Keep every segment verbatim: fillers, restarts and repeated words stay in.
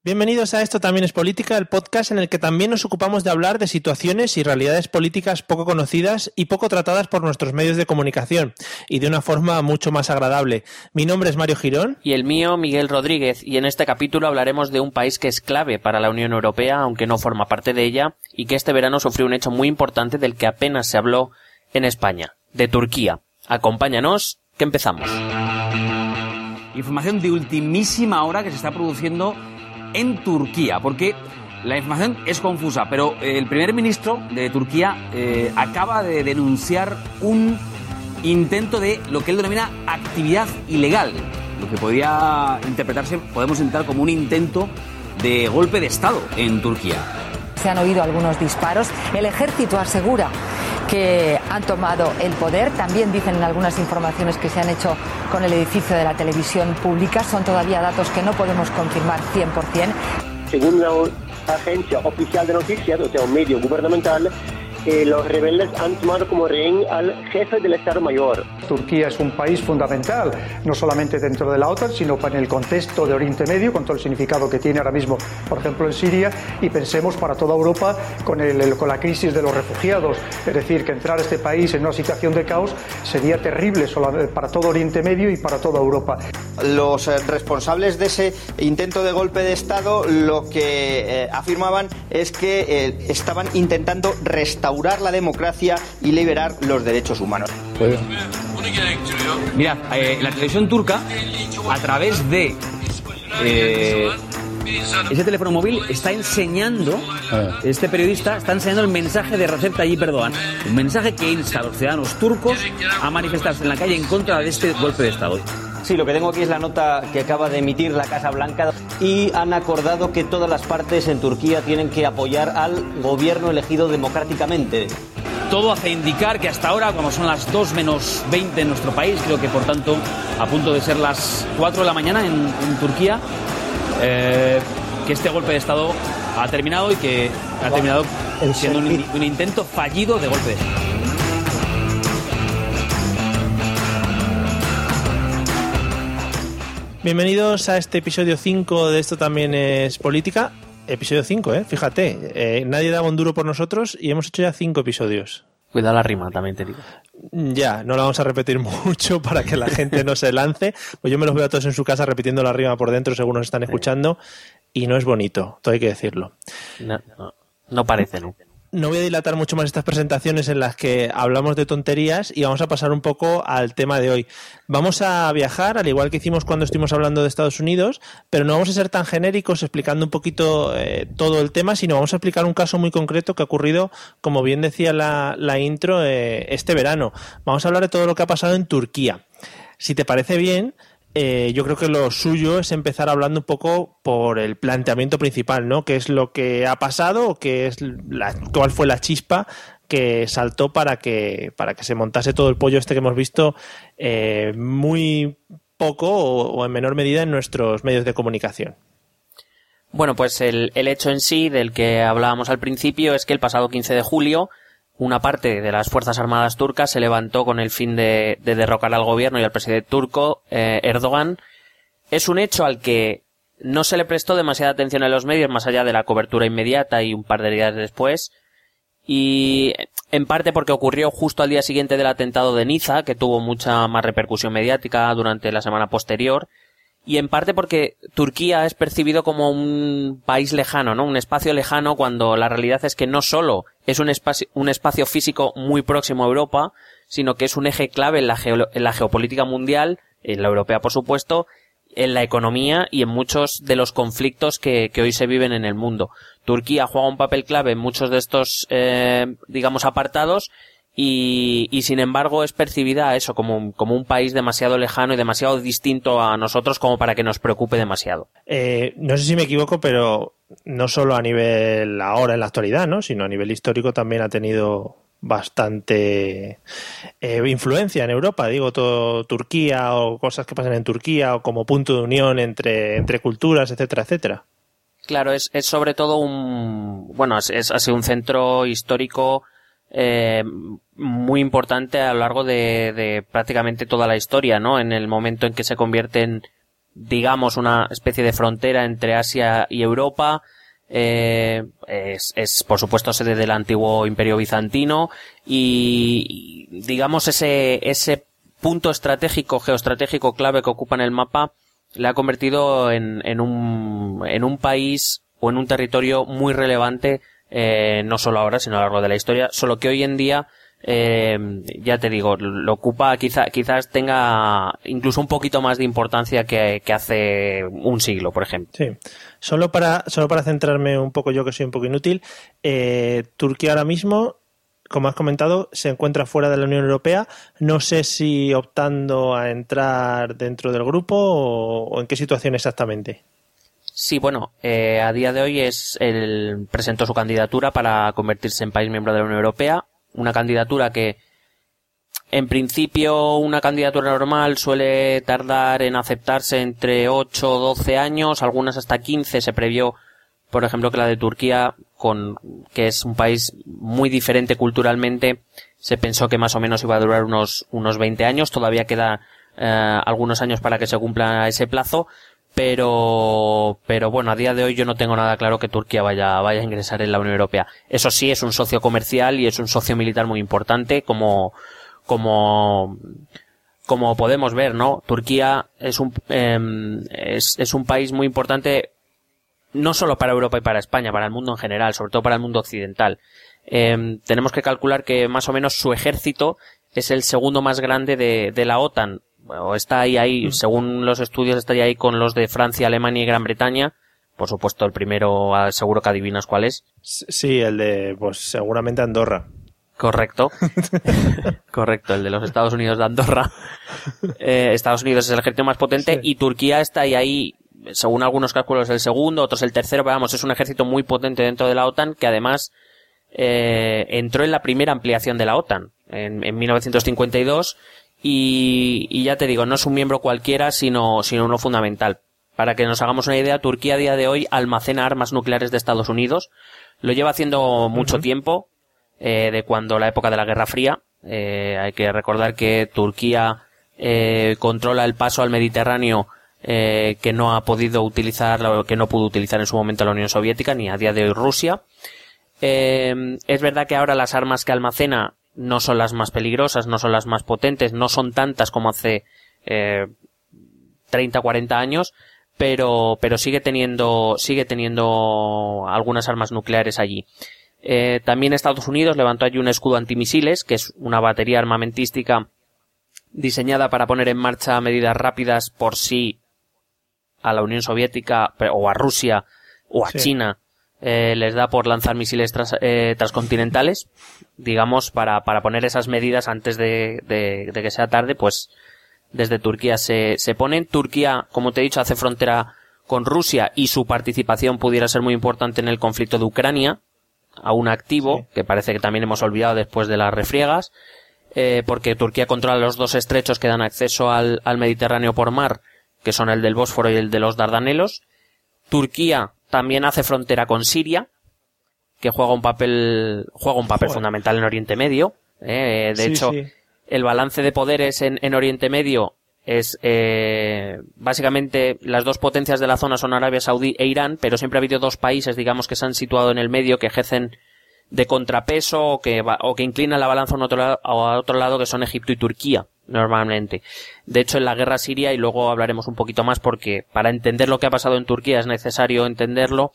Bienvenidos a Esto también es política, el podcast en el que también nos ocupamos de hablar de situaciones y realidades políticas poco conocidas y poco tratadas por nuestros medios de comunicación, y de una forma mucho más agradable. Mi nombre es Mario Girón. Y el mío, Miguel Rodríguez, y en este capítulo hablaremos de un país que es clave para la Unión Europea, aunque no forma parte de ella, y que este verano sufrió un hecho muy importante del que apenas se habló en España, de Turquía. Acompáñanos, que empezamos. Información de ultimísima hora que se está produciendo en Turquía, porque la información es confusa, pero el primer ministro de Turquía eh, acaba de denunciar un intento de lo que él denomina actividad ilegal, lo que podría interpretarse, podemos entender como un intento de golpe de Estado en Turquía. Se han oído algunos disparos, el ejército asegura que han tomado el poder. También dicen en algunas informaciones que se han hecho con el edificio de la televisión pública. Son todavía datos que no podemos confirmar cien por ciento. Según una agencia oficial de noticias, o sea, un medio gubernamental, eh, los rebeldes han tomado como rehén al jefe del Estado Mayor. Turquía es un país fundamental, no solamente dentro de la OTAN, sino en el contexto de Oriente Medio, con todo el significado que tiene ahora mismo, por ejemplo, en Siria, y pensemos para toda Europa con, el, con la crisis de los refugiados. Es decir, que entrar a este país en una situación de caos sería terrible para todo Oriente Medio y para toda Europa. Los responsables de ese intento de golpe de Estado lo que eh, afirmaban es que eh, estaban intentando restaurar la democracia y liberar los derechos humanos. ¿Puedo? Mirad, eh, la televisión turca, a través de eh, ese teléfono móvil, está enseñando, este periodista está enseñando el mensaje de Recep Tayyip Erdogan, un mensaje que insta a los ciudadanos turcos a manifestarse en la calle en contra de este golpe de Estado. Sí, lo que tengo aquí es la nota que acaba de emitir la Casa Blanca, y han acordado que todas las partes en Turquía tienen que apoyar al gobierno elegido democráticamente. Todo hace indicar que hasta ahora, cuando son las dos menos veinte en nuestro país, creo que por tanto a punto de ser las cuatro de la mañana en, en Turquía, eh, que este golpe de Estado ha terminado y que ha terminado siendo un, un intento fallido de golpe de Estado. Bienvenidos a este episodio cinco de Esto también es política. Episodio cinco, ¿eh? Fíjate, eh, nadie daba un duro por nosotros y hemos hecho ya cinco episodios. Cuidado la rima, también te digo. Ya, no la vamos a repetir mucho para que la gente no se lance. Pues yo me los veo a todos en su casa repitiendo la rima por dentro según nos están escuchando, y no es bonito, todo hay que decirlo. No, no, no parece, ¿no? No voy a dilatar mucho más estas presentaciones en las que hablamos de tonterías, y vamos a pasar un poco al tema de hoy. Vamos a viajar, al igual que hicimos cuando estuvimos hablando de Estados Unidos, pero no vamos a ser tan genéricos explicando un poquito eh, todo el tema, sino vamos a explicar un caso muy concreto que ha ocurrido, como bien decía la, la intro, eh, este verano. Vamos a hablar de todo lo que ha pasado en Turquía. Si te parece bien, Eh, yo creo que lo suyo es empezar hablando un poco por el planteamiento principal, ¿no? ¿Qué es lo que ha pasado? ¿O qué es la, cuál fue la chispa que saltó para que para que se montase todo el pollo este que hemos visto eh, muy poco o, o en menor medida en nuestros medios de comunicación? Bueno, pues el, el hecho en sí del que hablábamos al principio es que el pasado quince de julio una parte de las Fuerzas Armadas turcas se levantó con el fin de, de derrocar al gobierno y al presidente turco, eh, Erdogan. Es un hecho al que no se le prestó demasiada atención en los medios, más allá de la cobertura inmediata y un par de días después. Y en parte porque ocurrió justo al día siguiente del atentado de Niza, que tuvo mucha más repercusión mediática durante la semana posterior. Y en parte porque Turquía es percibido como un país lejano, ¿no? Un espacio lejano, cuando la realidad es que no solo es un espacio, un espacio físico muy próximo a Europa, sino que es un eje clave en la, geo, en la geopolítica mundial, en la europea por supuesto, en la economía y en muchos de los conflictos que, que hoy se viven en el mundo. Turquía juega un papel clave en muchos de estos, eh, digamos, apartados, Y, y sin embargo es percibida eso como, como un país demasiado lejano y demasiado distinto a nosotros como para que nos preocupe demasiado. Eh, no sé si me equivoco, pero no solo a nivel ahora en la actualidad, ¿no? Sino a nivel histórico también ha tenido bastante eh, influencia en Europa, digo, todo Turquía o cosas que pasan en Turquía o como punto de unión entre, entre culturas, etcétera, etcétera. Claro, es, es sobre todo un, bueno, es, es, ha sido un centro histórico Eh, muy importante a lo largo de, de prácticamente toda la historia, ¿no? En el momento en que se convierte en digamos, una especie de frontera entre Asia y Europa. Eh, es, es, por supuesto, sede del antiguo Imperio Bizantino y, y digamos, ese, ese punto estratégico, geoestratégico clave que ocupa en el mapa le ha convertido en, en un, en un país o en un territorio muy relevante, eh, no solo ahora, sino a lo largo de la historia, solo que hoy en día, eh, ya te digo, lo ocupa, quizá, quizás tenga incluso un poquito más de importancia que, que hace un siglo, por ejemplo. Sí. Solo para, solo para centrarme un poco, yo que soy un poco inútil, eh, Turquía ahora mismo, como has comentado, se encuentra fuera de la Unión Europea. No sé si optando a entrar dentro del grupo o, o en qué situación exactamente. Sí, bueno, eh, a día de hoy es el, presentó su candidatura para convertirse en país miembro de la Unión Europea. Una candidatura que, en principio, una candidatura normal suele tardar en aceptarse entre ocho o doce años, algunas hasta quince. Se previó, por ejemplo, que la de Turquía, con que es un país muy diferente culturalmente, se pensó que más o menos iba a durar unos unos veinte años. Todavía queda eh, algunos años para que se cumpla ese plazo, pero pero bueno, a día de hoy yo no tengo nada claro que Turquía vaya vaya a ingresar en la Unión Europea. Eso sí, es un socio comercial y es un socio militar muy importante, como como como podemos ver, ¿no? Turquía es un eh, es es un país muy importante, no solo para Europa y para España, para el mundo en general, sobre todo para el mundo occidental. Eh, tenemos que calcular que más o menos su ejército es el segundo más grande de, de la OTAN. Bueno, está ahí, ahí, mm. según los estudios, estaría ahí con los de Francia, Alemania y Gran Bretaña. Por supuesto, el primero, seguro que adivinas cuál es. Sí, el de, pues seguramente Andorra. Correcto. Correcto, el de los Estados Unidos de Andorra. Eh, Estados Unidos es el ejército más potente, sí. Y Turquía está ahí, ahí, según algunos cálculos, el segundo, otros el tercero, pero vamos, es un ejército muy potente dentro de la OTAN, que además eh, entró en la primera ampliación de la OTAN, en, en mil novecientos cincuenta y dos, y, y ya te digo, no es un miembro cualquiera, sino, sino uno fundamental. Para que nos hagamos una idea, Turquía a día de hoy almacena armas nucleares de Estados Unidos, lo lleva haciendo mucho uh-huh. tiempo, eh, de cuando la época de la Guerra Fría. Eh, hay que recordar que Turquía eh, controla el paso al Mediterráneo, Eh, que no ha podido utilizar, que no pudo utilizar en su momento la Unión Soviética, ni a día de hoy Rusia. Eh, es verdad que ahora las armas que almacena no son las más peligrosas, no son las más potentes, no son tantas como hace eh, treinta, cuarenta años, pero, pero sigue teniendo, sigue teniendo algunas armas nucleares allí. Eh, también Estados Unidos levantó allí un escudo antimisiles, que es una batería armamentística diseñada para poner en marcha medidas rápidas por si a la Unión Soviética o a Rusia o a sí. China eh, les da por lanzar misiles tras, eh, transcontinentales, digamos, para, para poner esas medidas antes de, de, de que sea tarde, pues desde Turquía se, se ponen. Turquía, como te he dicho, hace frontera con Rusia y su participación pudiera ser muy importante en el conflicto de Ucrania, aún activo, sí. que parece que también hemos olvidado después de las refriegas, eh, porque Turquía controla los dos estrechos que dan acceso al, al Mediterráneo por mar, que son el del Bósforo y el de los Dardanelos. Turquía también hace frontera con Siria, que juega un papel juega un papel Joder. fundamental en Oriente Medio. Eh, de sí, hecho, sí. el balance de poderes en, en Oriente Medio es eh, básicamente las dos potencias de la zona son Arabia Saudí e Irán, pero siempre ha habido dos países, digamos, que se han situado en el medio, que ejercen de contrapeso o que, o que inclinan la balanza a, un otro lado, a otro lado, que son Egipto y Turquía, normalmente. De hecho, en la guerra siria, y luego hablaremos un poquito más porque para entender lo que ha pasado en Turquía es necesario entenderlo,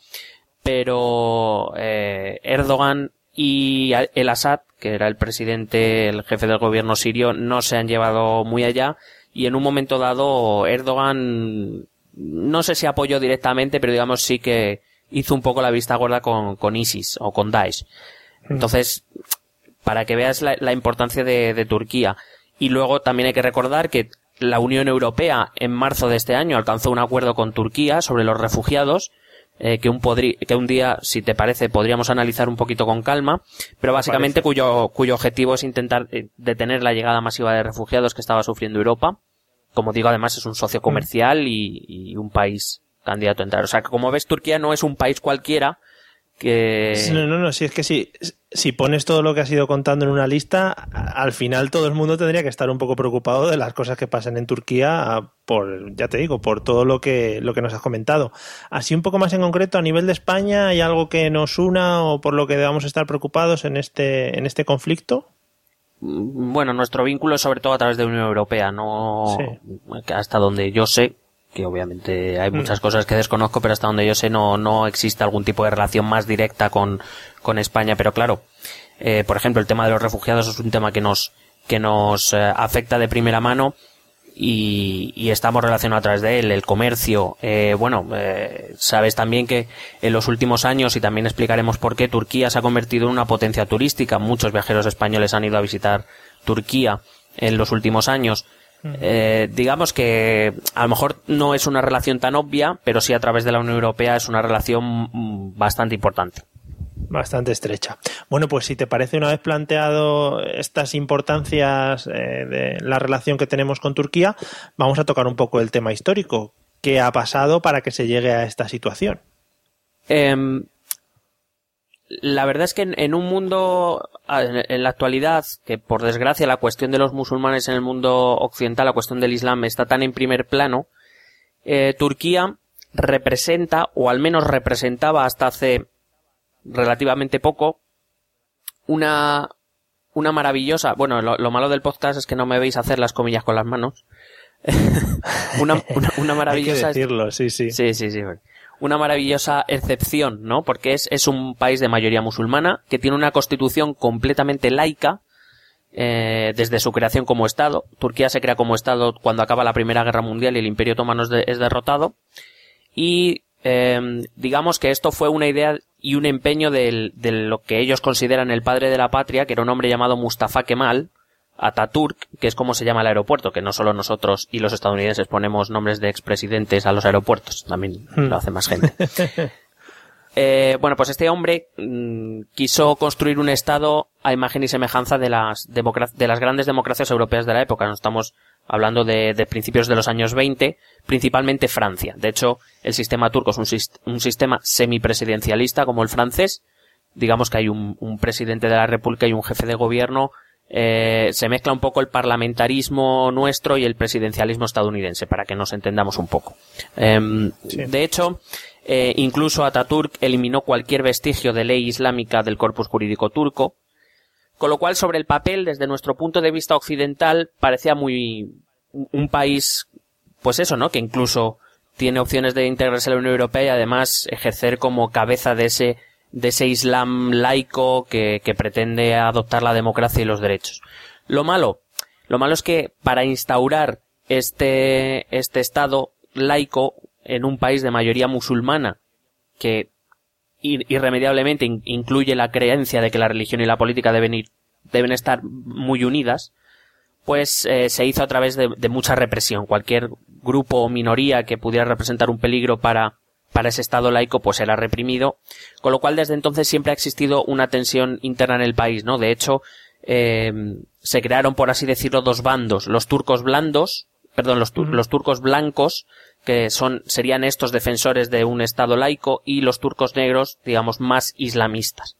pero eh, Erdogan y el Assad, que era el presidente, el jefe del gobierno sirio, no se han llevado muy allá, y en un momento dado Erdogan, no sé si apoyó directamente, pero digamos sí que hizo un poco la vista gorda con, con ISIS o con Daesh. Entonces, para que veas la, la importancia de, de Turquía. Y luego también hay que recordar que la Unión Europea en marzo de este año alcanzó un acuerdo con Turquía sobre los refugiados, eh, que un podri, que un día, si te parece, podríamos analizar un poquito con calma, pero básicamente cuyo, cuyo objetivo es intentar detener la llegada masiva de refugiados que estaba sufriendo Europa. Como digo, además es un socio comercial y, y un país candidato a entrar. O sea, que como ves, Turquía no es un país cualquiera que... No, no, no, sí, es que sí. si pones todo lo que has ido contando en una lista, al final todo el mundo tendría que estar un poco preocupado de las cosas que pasan en Turquía por, ya te digo, por todo lo que, lo que nos has comentado. Así un poco más en concreto, a nivel de España, ¿hay algo que nos una o por lo que debamos estar preocupados en este, en este conflicto? Bueno, nuestro vínculo es sobre todo a través de la Unión Europea, no sí. Hasta donde yo sé, que obviamente hay muchas mm. cosas que desconozco, pero hasta donde yo sé no, no existe algún tipo de relación más directa con, con España. Pero claro, eh, por ejemplo, el tema de los refugiados es un tema que nos, que nos eh, afecta de primera mano y, y estamos relacionados a través de él. El comercio, eh, bueno, eh, sabes también que en los últimos años, y también explicaremos por qué, Turquía se ha convertido en una potencia turística. Muchos viajeros españoles han ido a visitar Turquía en los últimos años. Eh, digamos que a lo mejor no es una relación tan obvia, pero sí a través de la Unión Europea es una relación bastante importante. Bastante estrecha. Bueno, pues si te parece, una vez planteado estas importancias eh, de la relación que tenemos con Turquía, vamos a tocar un poco el tema histórico. ¿Qué ha pasado para que se llegue a esta situación? Eh, La verdad es que en, en un mundo, en, en la actualidad, que por desgracia la cuestión de los musulmanes en el mundo occidental, la cuestión del Islam está tan en primer plano, eh, Turquía representa, o al menos representaba hasta hace relativamente poco, una, una maravillosa, bueno, lo, lo malo del podcast es que no me veis hacer las comillas con las manos, una, una, una maravillosa... Hay que decirlo, sí, sí. Sí, sí, sí. Una maravillosa excepción, ¿no? Porque es, es un país de mayoría musulmana que tiene una constitución completamente laica eh, desde su creación como Estado. Turquía se crea como Estado cuando acaba la Primera Guerra Mundial y el Imperio Otomano es, de, es derrotado. Y eh, digamos que esto fue una idea y un empeño de, de lo que ellos consideran el padre de la patria, que era un hombre llamado Mustafa Kemal Atatürk, que es como se llama el aeropuerto, que no solo nosotros y los estadounidenses ponemos nombres de expresidentes a los aeropuertos, también hmm. lo hace más gente. eh, bueno, pues este hombre mmm, quiso construir un estado a imagen y semejanza de las, democra- de las grandes democracias europeas de la época. Nos estamos hablando de, de principios de los años veinte, principalmente Francia. De hecho, el sistema turco es un, sist- un sistema semipresidencialista como el francés. Digamos que hay un, un presidente de la república y un jefe de gobierno. Eh, se mezcla un poco el parlamentarismo nuestro y el presidencialismo estadounidense, para que nos entendamos un poco. Eh, sí. De hecho, eh, incluso Atatürk eliminó cualquier vestigio de ley islámica del corpus jurídico turco, con lo cual, sobre el papel, desde nuestro punto de vista occidental, parecía muy un país, pues eso, ¿no? Que incluso tiene opciones de integrarse a la Unión Europea y además ejercer como cabeza de ese de ese Islam laico que, que pretende adoptar la democracia y los derechos. Lo malo, lo malo es que para instaurar este, este Estado laico en un país de mayoría musulmana, que irremediablemente in, incluye la creencia de que la religión y la política deben ir, deben estar muy unidas, pues eh, se hizo a través de, de mucha represión. Cualquier grupo o minoría que pudiera representar un peligro para para ese Estado laico, pues era reprimido, con lo cual desde entonces siempre ha existido una tensión interna en el país, ¿no? De hecho, eh, se crearon, por así decirlo, dos bandos, los turcos blandos, perdón, los, tur- uh-huh. los turcos blancos, que son, serían estos defensores de un Estado laico, y los turcos negros, digamos, más islamistas.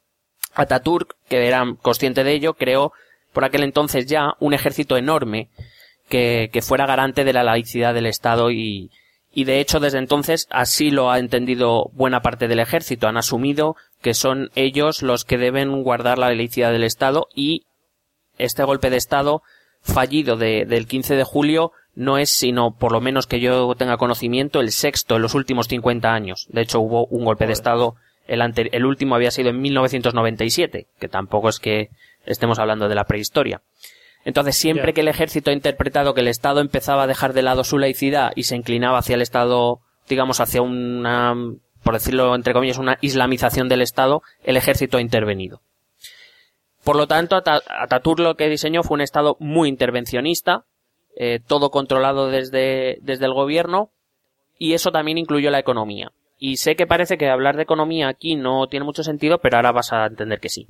Atatürk, que era consciente de ello, creó por aquel entonces ya un ejército enorme que, que fuera garante de la laicidad del Estado y Y de hecho, desde entonces, así lo ha entendido buena parte del ejército. Han asumido que son ellos los que deben guardar la laicidad del Estado, y este golpe de Estado fallido de, del quince de julio no es, sino, por lo menos que yo tenga conocimiento, el sexto en los últimos cincuenta años. De hecho, hubo un golpe de Estado, el, ante- el último había sido en mil novecientos noventa y siete, que tampoco es que estemos hablando de la prehistoria. Entonces, siempre yeah. que el ejército ha interpretado que el Estado empezaba a dejar de lado su laicidad y se inclinaba hacia el Estado, digamos, hacia una, por decirlo entre comillas, una islamización del Estado, el ejército ha intervenido. Por lo tanto, At- Atatürk lo que diseñó fue un Estado muy intervencionista, eh, todo controlado desde, desde el gobierno, y eso también incluyó la economía. Y sé que parece que hablar de economía aquí no tiene mucho sentido, pero ahora vas a entender que sí.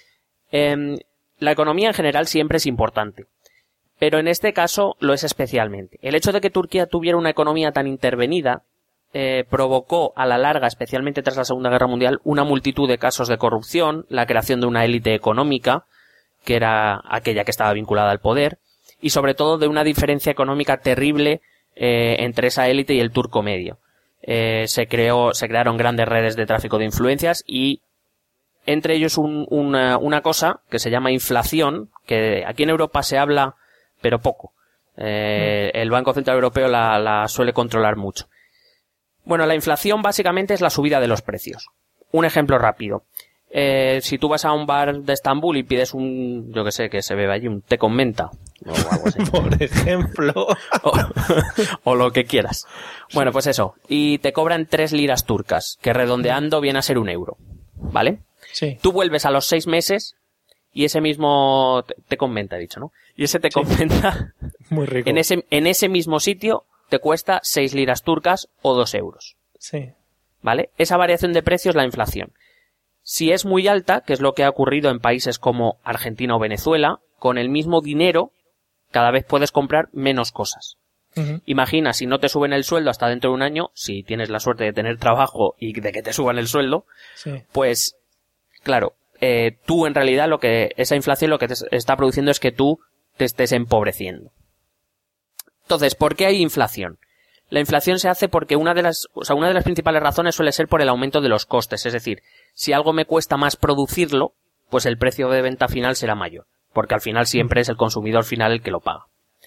Eh, La economía en general siempre es importante, pero en este caso lo es especialmente. El hecho de que Turquía tuviera una economía tan intervenida eh, provocó a la larga, especialmente tras la Segunda Guerra Mundial, una multitud de casos de corrupción, la creación de una élite económica, que era aquella que estaba vinculada al poder, y sobre todo de una diferencia económica terrible eh, entre esa élite y el turco medio. Eh, se creó, se crearon grandes redes de tráfico de influencias y entre ellos un, una, una cosa que se llama inflación, que aquí en Europa se habla, pero poco. Eh, el Banco Central Europeo la, la suele controlar mucho. Bueno, la inflación básicamente es la subida de los precios. Un ejemplo rápido. Eh, si tú vas a un bar de Estambul y pides un, yo que sé, que se bebe allí, un té con menta, o algo así. Por ejemplo. o, o lo que quieras. Bueno, pues eso. Y te cobran tres liras turcas, que redondeando viene a ser un euro. ¿Vale? Sí. Tú vuelves a los seis meses y ese mismo té con menta, he dicho, ¿no? Y ese té con menta, muy rico. En ese, en ese mismo sitio te cuesta seis liras turcas o dos euros. Sí. ¿Vale? Esa variación de precio es la inflación. Si es muy alta, que es lo que ha ocurrido en países como Argentina o Venezuela, con el mismo dinero cada vez puedes comprar menos cosas. Uh-huh. Imagina, si no te suben el sueldo hasta dentro de un año, si tienes la suerte de tener trabajo y de que te suban el sueldo, sí. Pues, claro, eh, tú en realidad lo que, esa inflación lo que te está produciendo es que tú te estés empobreciendo. Entonces, ¿por qué hay inflación? La inflación se hace porque una de las, o sea, una de las principales razones suele ser por el aumento de los costes. Es decir, si algo me cuesta más producirlo, pues el precio de venta final será mayor. Porque al final siempre es el consumidor final el que lo paga.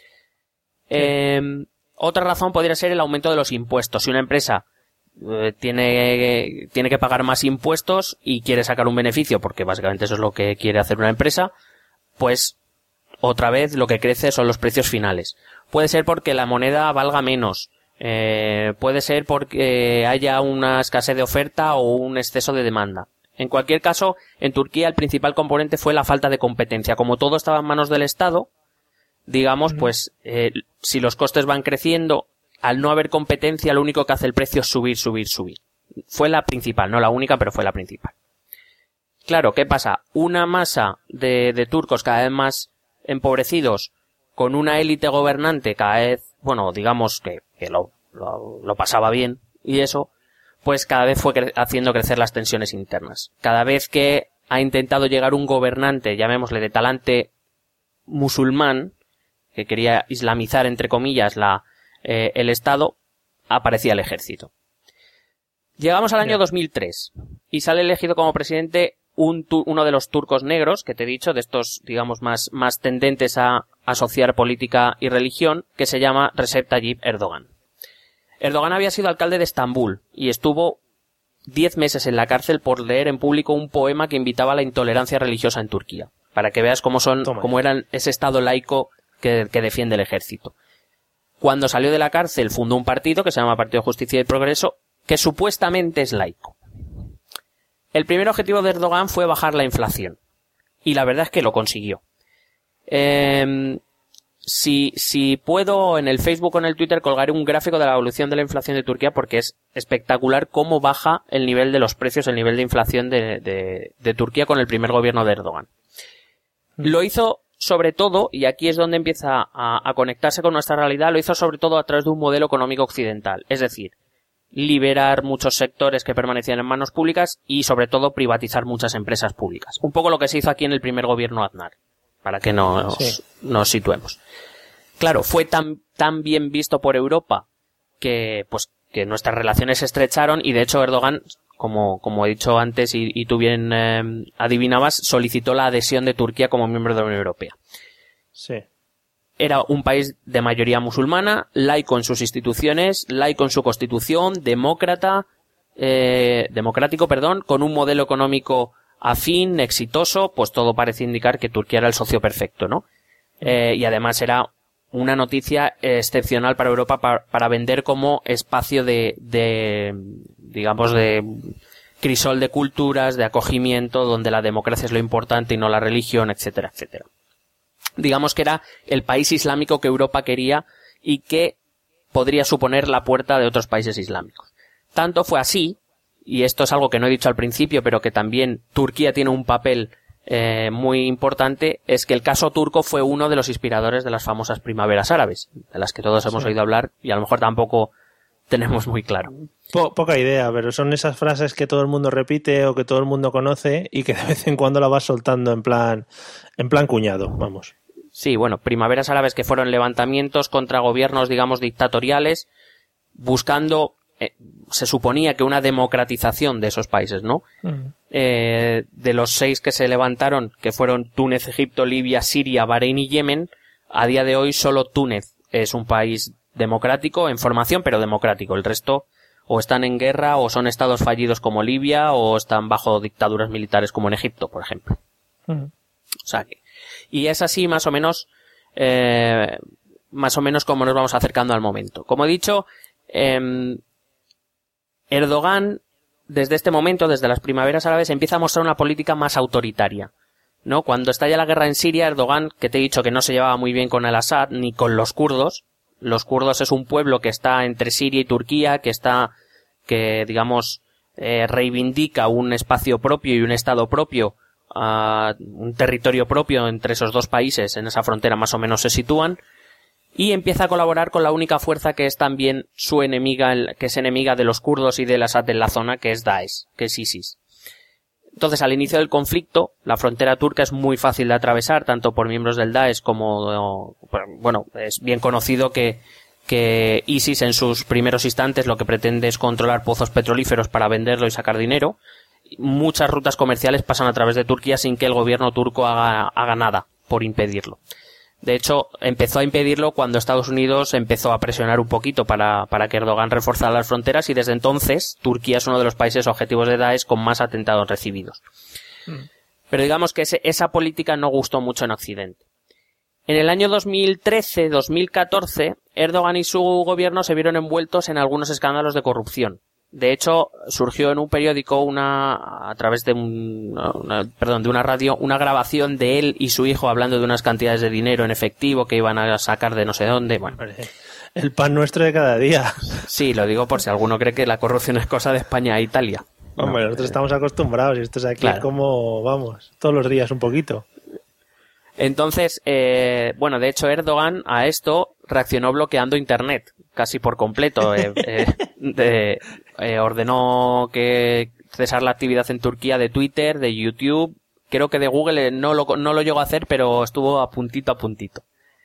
Sí. Eh, otra razón podría ser el aumento de los impuestos. Si una empresa eh, tiene, tiene que pagar más impuestos y quiere sacar un beneficio, porque básicamente eso es lo que quiere hacer una empresa, pues otra vez lo que crece son los precios finales. Puede ser porque la moneda valga menos. Eh, puede ser porque haya una escasez de oferta o un exceso de demanda. En cualquier caso, en Turquía el principal componente fue la falta de competencia. Como todo estaba en manos del Estado, digamos, pues eh, si los costes van creciendo, al no haber competencia, lo único que hace el precio es subir, subir, subir. Fue la principal, no la única, pero fue la principal. Claro, ¿qué pasa? Una masa de, de turcos cada vez más empobrecidos, con una élite gobernante cada vez, bueno, digamos que, que lo, lo, lo pasaba bien, y eso, pues cada vez fue cre- haciendo crecer las tensiones internas. Cada vez que ha intentado llegar un gobernante, llamémosle de talante musulmán, que quería islamizar, entre comillas, la, eh, el Estado, aparecía el ejército. Llegamos al año dos mil tres, y sale elegido como presidente un tu- uno de los turcos negros, que te he dicho, de estos, digamos, más, más tendentes a asociar política y religión, que se llama Recep Tayyip Erdogan. Erdogan había sido alcalde de Estambul y estuvo diez meses en la cárcel por leer en público un poema que invitaba a la intolerancia religiosa en Turquía, para que veas cómo son, Toma. cómo eran ese estado laico que, que defiende el ejército. Cuando salió de la cárcel fundó un partido que se llama Partido de Justicia y Progreso, que supuestamente es laico. El primer objetivo de Erdogan fue bajar la inflación, y la verdad es que lo consiguió. Eh, si, si puedo, en el Facebook o en el Twitter colgaré un gráfico de la evolución de la inflación de Turquía, porque es espectacular cómo baja el nivel de los precios, el nivel de inflación de, de, de Turquía con el primer gobierno de Erdogan. Lo hizo sobre todo, y aquí es donde empieza a, a conectarse con nuestra realidad, lo hizo sobre todo a través de un modelo económico occidental, es decir, liberar muchos sectores que permanecían en manos públicas y sobre todo privatizar muchas empresas públicas. Un poco lo que se hizo aquí en el primer gobierno Aznar, para que nos, sí. nos situemos. Claro, fue tan, tan bien visto por Europa que, pues, que nuestras relaciones se estrecharon y de hecho Erdogan, como, como he dicho antes y, y tú bien eh, adivinabas, solicitó la adhesión de Turquía como miembro de la Unión Europea. Sí. Era un país de mayoría musulmana, laico en sus instituciones, laico en su constitución, demócrata, eh, democrático, perdón, con un modelo económico afín, exitoso, pues todo parece indicar que Turquía era el socio perfecto, ¿no? Eh, y además era una noticia excepcional para Europa para, para vender como espacio de, de, digamos, de crisol de culturas, de acogimiento, donde la democracia es lo importante y no la religión, etcétera, etcétera. Digamos que era el país islámico que Europa quería y que podría suponer la puerta de otros países islámicos. Tanto fue así, y esto es algo que no he dicho al principio, pero que también Turquía tiene un papel eh, muy importante, es que el caso turco fue uno de los inspiradores de las famosas primaveras árabes, de las que todos hemos sí. oído hablar y a lo mejor tampoco tenemos muy claro. Po- poca idea, pero son esas frases que todo el mundo repite o que todo el mundo conoce y que de vez en cuando la vas soltando en plan, en plan cuñado, vamos. Sí, bueno, primaveras árabes que fueron levantamientos contra gobiernos, digamos, dictatoriales, buscando, eh, se suponía que una democratización de esos países, ¿no? Uh-huh. Eh, de los seis que se levantaron, que fueron Túnez, Egipto, Libia, Siria, Bahrein y Yemen, a día de hoy solo Túnez es un país democrático, en formación, pero democrático. El resto o están en guerra, o son estados fallidos como Libia, o están bajo dictaduras militares como en Egipto, por ejemplo. Uh-huh. O sea que... Y es así más o menos, eh, más o menos como nos vamos acercando al momento. Como he dicho, eh, Erdogan, desde este momento, desde las primaveras árabes, empieza a mostrar una política más autoritaria, ¿no? Cuando estalla la guerra en Siria, Erdogan, que te he dicho que no se llevaba muy bien con el Assad ni con los kurdos. Los kurdos es un pueblo que está entre Siria y Turquía, que está, que digamos, eh, reivindica un espacio propio y un estado propio. Uh, un territorio propio entre esos dos países, en esa frontera más o menos se sitúan, y empieza a colaborar con la única fuerza que es también su enemiga, que es enemiga de los kurdos y del Assad en la zona, que es Daesh, que es ISIS. Entonces, al inicio del conflicto, la frontera turca es muy fácil de atravesar, tanto por miembros del Daesh como, bueno, es bien conocido que, que ISIS en sus primeros instantes lo que pretende es controlar pozos petrolíferos para venderlo y sacar dinero. Muchas rutas comerciales pasan a través de Turquía sin que el gobierno turco haga, haga nada por impedirlo. De hecho, empezó a impedirlo cuando Estados Unidos empezó a presionar un poquito para, para que Erdogan reforzara las fronteras, y desde entonces Turquía es uno de los países objetivos de Daesh con más atentados recibidos. Mm. Pero digamos que ese, esa política no gustó mucho en Occidente. En el año dos mil trece dos mil catorce, Erdogan y su gobierno se vieron envueltos en algunos escándalos de corrupción. De hecho, surgió en un periódico una, a través de un, una, perdón, de una radio, una grabación de él y su hijo hablando de unas cantidades de dinero en efectivo que iban a sacar de no sé dónde. Bueno, el pan nuestro de cada día. Sí, lo digo por si alguno cree que la corrupción es cosa de España e Italia. Hombre, no, nosotros estamos acostumbrados y esto es aquí claro. Como, vamos, todos los días un poquito. Entonces, eh, bueno, de hecho Erdogan a esto reaccionó bloqueando Internet, casi por completo. Eh, eh, de, eh, ordenó que cesar la actividad en Turquía de Twitter, de YouTube, creo que de Google no lo, no lo llegó a hacer, pero estuvo a puntito a puntito.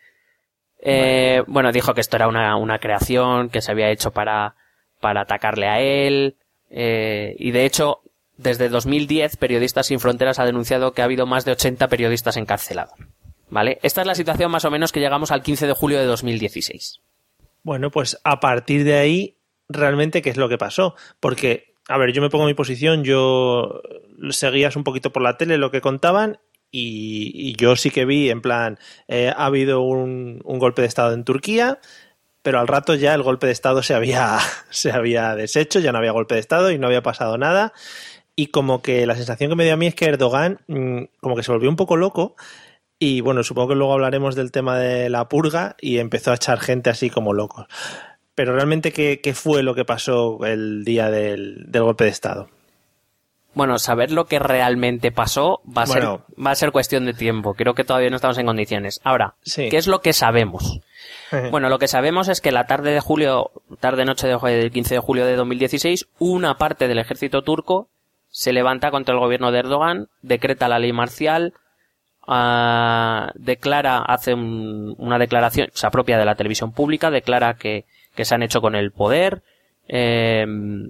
Eh, bueno. bueno, dijo que esto era una, una creación que se había hecho para, para atacarle a él, eh, y de hecho, desde dos mil diez, Periodistas Sin Fronteras ha denunciado que ha habido más de ochenta periodistas encarcelados. ¿Vale? Esta es la situación más o menos que llegamos al quince de julio de dos mil dieciséis. Bueno, pues a partir de ahí, realmente, ¿qué es lo que pasó? Porque, a ver, yo me pongo en mi posición, yo seguías un poquito por la tele lo que contaban y, y yo sí que vi, en plan, eh, ha habido un, un golpe de Estado en Turquía, pero al rato ya el golpe de Estado se había, se había deshecho, ya no había golpe de Estado y no había pasado nada. Y como que la sensación que me dio a mí es que Erdogan mmm, como que se volvió un poco loco y bueno, supongo que luego hablaremos del tema de la purga y empezó a echar gente así como locos. Pero realmente, ¿qué, qué fue lo que pasó el día del, del golpe de Estado? Bueno, saber lo que realmente pasó va a, bueno, ser, va a ser cuestión de tiempo. Creo que todavía no estamos en condiciones. Ahora, sí. ¿Qué es lo que sabemos? Bueno, lo que sabemos es que la tarde de julio, tarde-noche del quince de julio de dos mil dieciséis, una parte del ejército turco se levanta contra el gobierno de Erdogan, decreta la ley marcial, uh, declara, hace un, una declaración, se apropia de la televisión pública, declara que, que se han hecho con el poder, eh,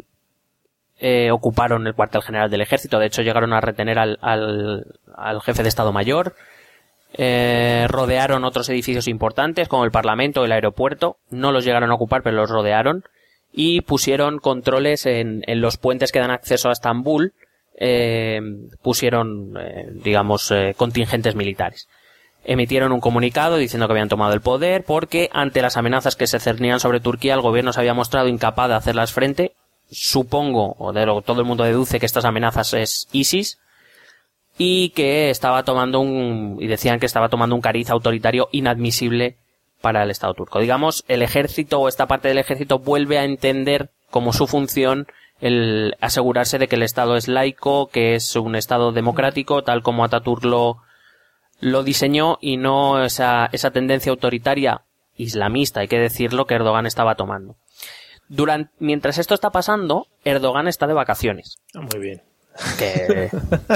eh, ocuparon el cuartel general del ejército, de hecho llegaron a retener al, al, al jefe de Estado Mayor, eh, rodearon otros edificios importantes como el Parlamento, el aeropuerto, no los llegaron a ocupar pero los rodearon, y pusieron controles en, en los puentes que dan acceso a Estambul, eh, pusieron, eh, digamos, eh, contingentes militares. Emitieron un comunicado diciendo que habían tomado el poder porque ante las amenazas que se cernían sobre Turquía el gobierno se había mostrado incapaz de hacerlas frente. Supongo, o de lo todo el mundo deduce que estas amenazas es ISIS, y que estaba tomando un, y decían que estaba tomando un cariz autoritario inadmisible para el Estado turco. Digamos, el ejército o esta parte del ejército vuelve a entender como su función el asegurarse de que el Estado es laico, que es un Estado democrático, tal como Atatürk lo, lo diseñó, y no esa, esa tendencia autoritaria islamista, hay que decirlo, que Erdogan estaba tomando. Durante, mientras esto está pasando, Erdogan está de vacaciones. Muy bien. Que...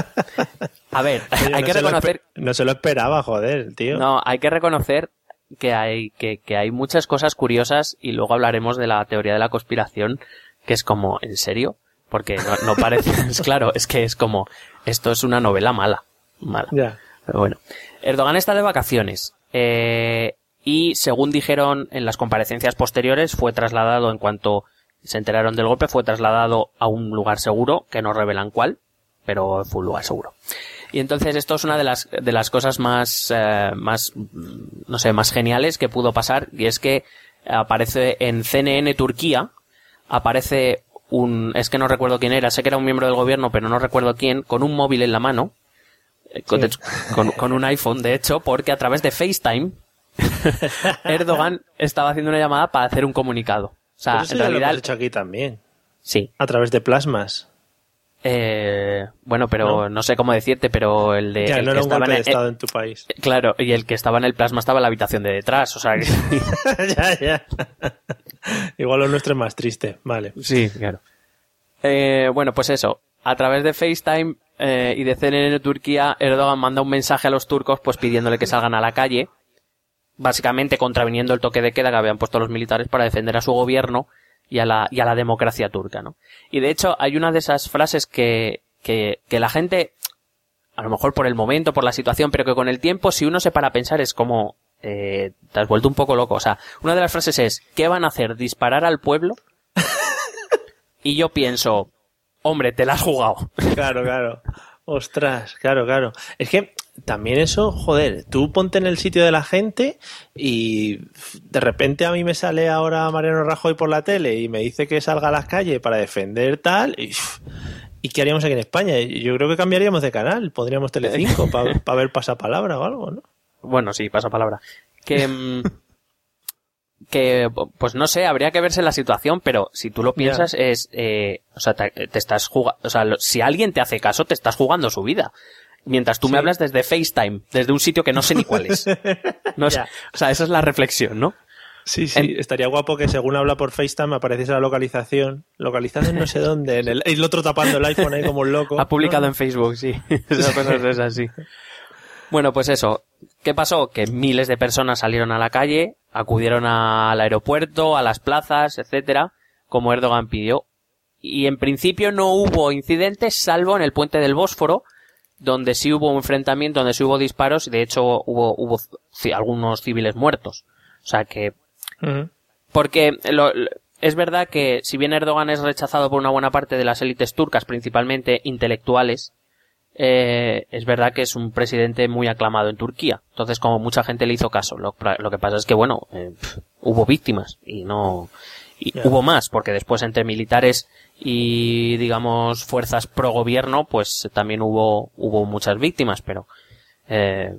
A ver, Oye, hay no que se lo reconocer... espe- no se lo esperaba, joder, tío. No, hay que reconocer que hay, que, que hay muchas cosas curiosas y luego hablaremos de la teoría de la conspiración, que es como, ¿en serio? Porque no, no parece... es claro, es que es como... Esto es una novela mala. Mala. Ya. Pero bueno. Erdogan está de vacaciones. Eh... Y según dijeron en las comparecencias posteriores, fue trasladado, en cuanto se enteraron del golpe, fue trasladado a un lugar seguro, que no revelan cuál, pero fue un lugar seguro. Y entonces esto es una de las, de las cosas más, eh, más, no sé, más geniales que pudo pasar, y es que aparece en C N N Turquía, aparece un, es que no recuerdo quién era, sé que era un miembro del gobierno, pero no recuerdo quién, con un móvil en la mano, con, sí. con, con un iPhone, de hecho, porque a través de FaceTime, Erdogan estaba haciendo una llamada para hacer un comunicado. O sea, Pero eso en ya realidad... lo hemos hecho aquí también. Sí. A través de plasmas. Eh, bueno, pero no. no sé cómo decirte, pero el de... Ya, el no que era un golpe en, de estado en tu país. Eh, claro, y el que estaba en el plasma estaba en la habitación de detrás, o sea que... ya, ya. Igual lo nuestro es más triste, vale. Sí, claro. Eh, bueno, pues eso. A través de FaceTime eh, y de C N N Turquía, Erdogan manda un mensaje a los turcos pues pidiéndole que salgan a la calle, básicamente contraviniendo el toque de queda que habían puesto los militares para defender a su gobierno y a la, y a la democracia turca, ¿no? Y de hecho hay una de esas frases que, que, que la gente, a lo mejor por el momento, por la situación, pero que con el tiempo, si uno se para a pensar, es como, eh, te has vuelto un poco loco. O sea, una de las frases es, ¿qué van a hacer? ¿Disparar al pueblo? Y yo pienso, hombre, te la has jugado. Claro, claro. Ostras, claro, claro. Es que también eso, joder, tú ponte en el sitio de la gente y de repente a mí me sale ahora Mariano Rajoy por la tele y me dice que salga a las calles para defender tal y, ¿y qué haríamos aquí en España? Yo creo que cambiaríamos de canal, pondríamos Telecinco para pa ver pasapalabra o algo, ¿no? Bueno, sí, pasapalabra. Que... que, pues no sé, habría que verse la situación, pero si tú lo piensas yeah. es, eh, o sea, te, te estás jugando, o sea, lo, si alguien te hace caso, te estás jugando su vida. Mientras tú sí. me hablas desde FaceTime, desde un sitio que no sé ni cuál es. No sé, yeah. O sea, esa es la reflexión, ¿no? Sí, sí, en... estaría guapo que según habla por FaceTime apareciese la localización, localizado en no sé dónde, en el, el otro tapando el iPhone ahí como un loco. Ha publicado ¿no? en Facebook, sí. Esa cosa es así. Bueno, pues eso. ¿Qué pasó? Que miles de personas salieron a la calle, acudieron al aeropuerto, a las plazas, etcétera, como Erdogan pidió. Y en principio no hubo incidentes, salvo en el puente del Bósforo, donde sí hubo un enfrentamiento, donde sí hubo disparos, y de hecho hubo, hubo sí, algunos civiles muertos. O sea que... Uh-huh. Porque lo, lo, es verdad que si bien Erdogan es rechazado por una buena parte de las élites turcas, principalmente intelectuales, Eh, es verdad que es un presidente muy aclamado en Turquía. Entonces, como mucha gente le hizo caso, lo, lo que pasa es que, bueno, eh, pff, hubo víctimas y no... Y yeah. hubo más, porque después entre militares y, digamos, fuerzas pro gobierno, pues también hubo hubo muchas víctimas, pero... Eh,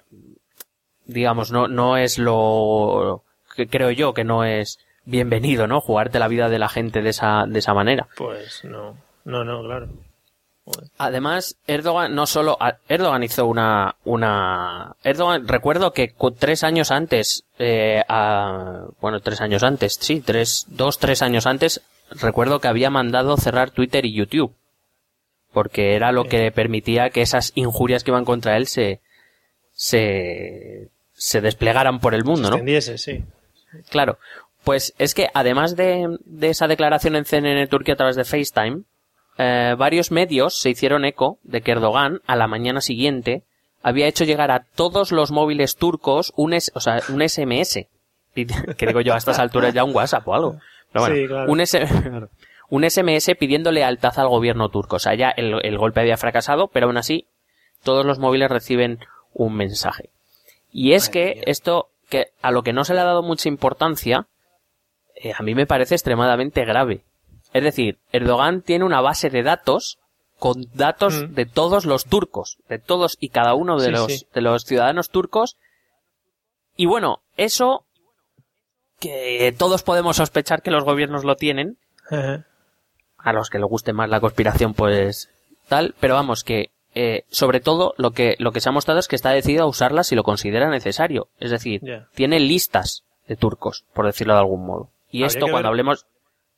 digamos, no no es lo... que creo yo que no es bienvenido, ¿no? Jugarte la vida de la gente de esa de esa manera. Pues no, no, no, claro. Además, Erdogan no solo Erdogan hizo una una Erdogan recuerdo que tres años antes eh, a, bueno tres años antes sí tres dos tres años antes recuerdo que había mandado cerrar Twitter y YouTube porque era lo que permitía que esas injurias que iban contra él se se se desplegaran por el mundo, se ¿no? Extendiese, sí. Claro, pues es que además de de esa declaración en C N N Turquía a través de FaceTime, Eh, varios medios se hicieron eco de que Erdogan a la mañana siguiente había hecho llegar a todos los móviles turcos un, es, o sea, un S M S. Que digo yo, a estas alturas ya un WhatsApp o algo. Pero bueno, sí, claro. un, S- un S M S pidiendo lealtad al gobierno turco. O sea, ya el, el golpe había fracasado, pero aún así todos los móviles reciben un mensaje. Y es Ay, que Dios. esto, que a lo que no se le ha dado mucha importancia, eh, a mí me parece extremadamente grave. Es decir, Erdogan tiene una base de datos con datos mm. de todos los turcos, de todos y cada uno de sí, los sí. de los ciudadanos turcos. Y bueno, eso que todos podemos sospechar que los gobiernos lo tienen. Uh-huh. A los que les guste más la conspiración, pues tal, pero vamos que eh, sobre todo lo que lo que se ha mostrado es que está decidido a usarlas si lo considera necesario. Es decir, yeah. tiene listas de turcos, por decirlo de algún modo. Y Habría esto cuando ver... hablemos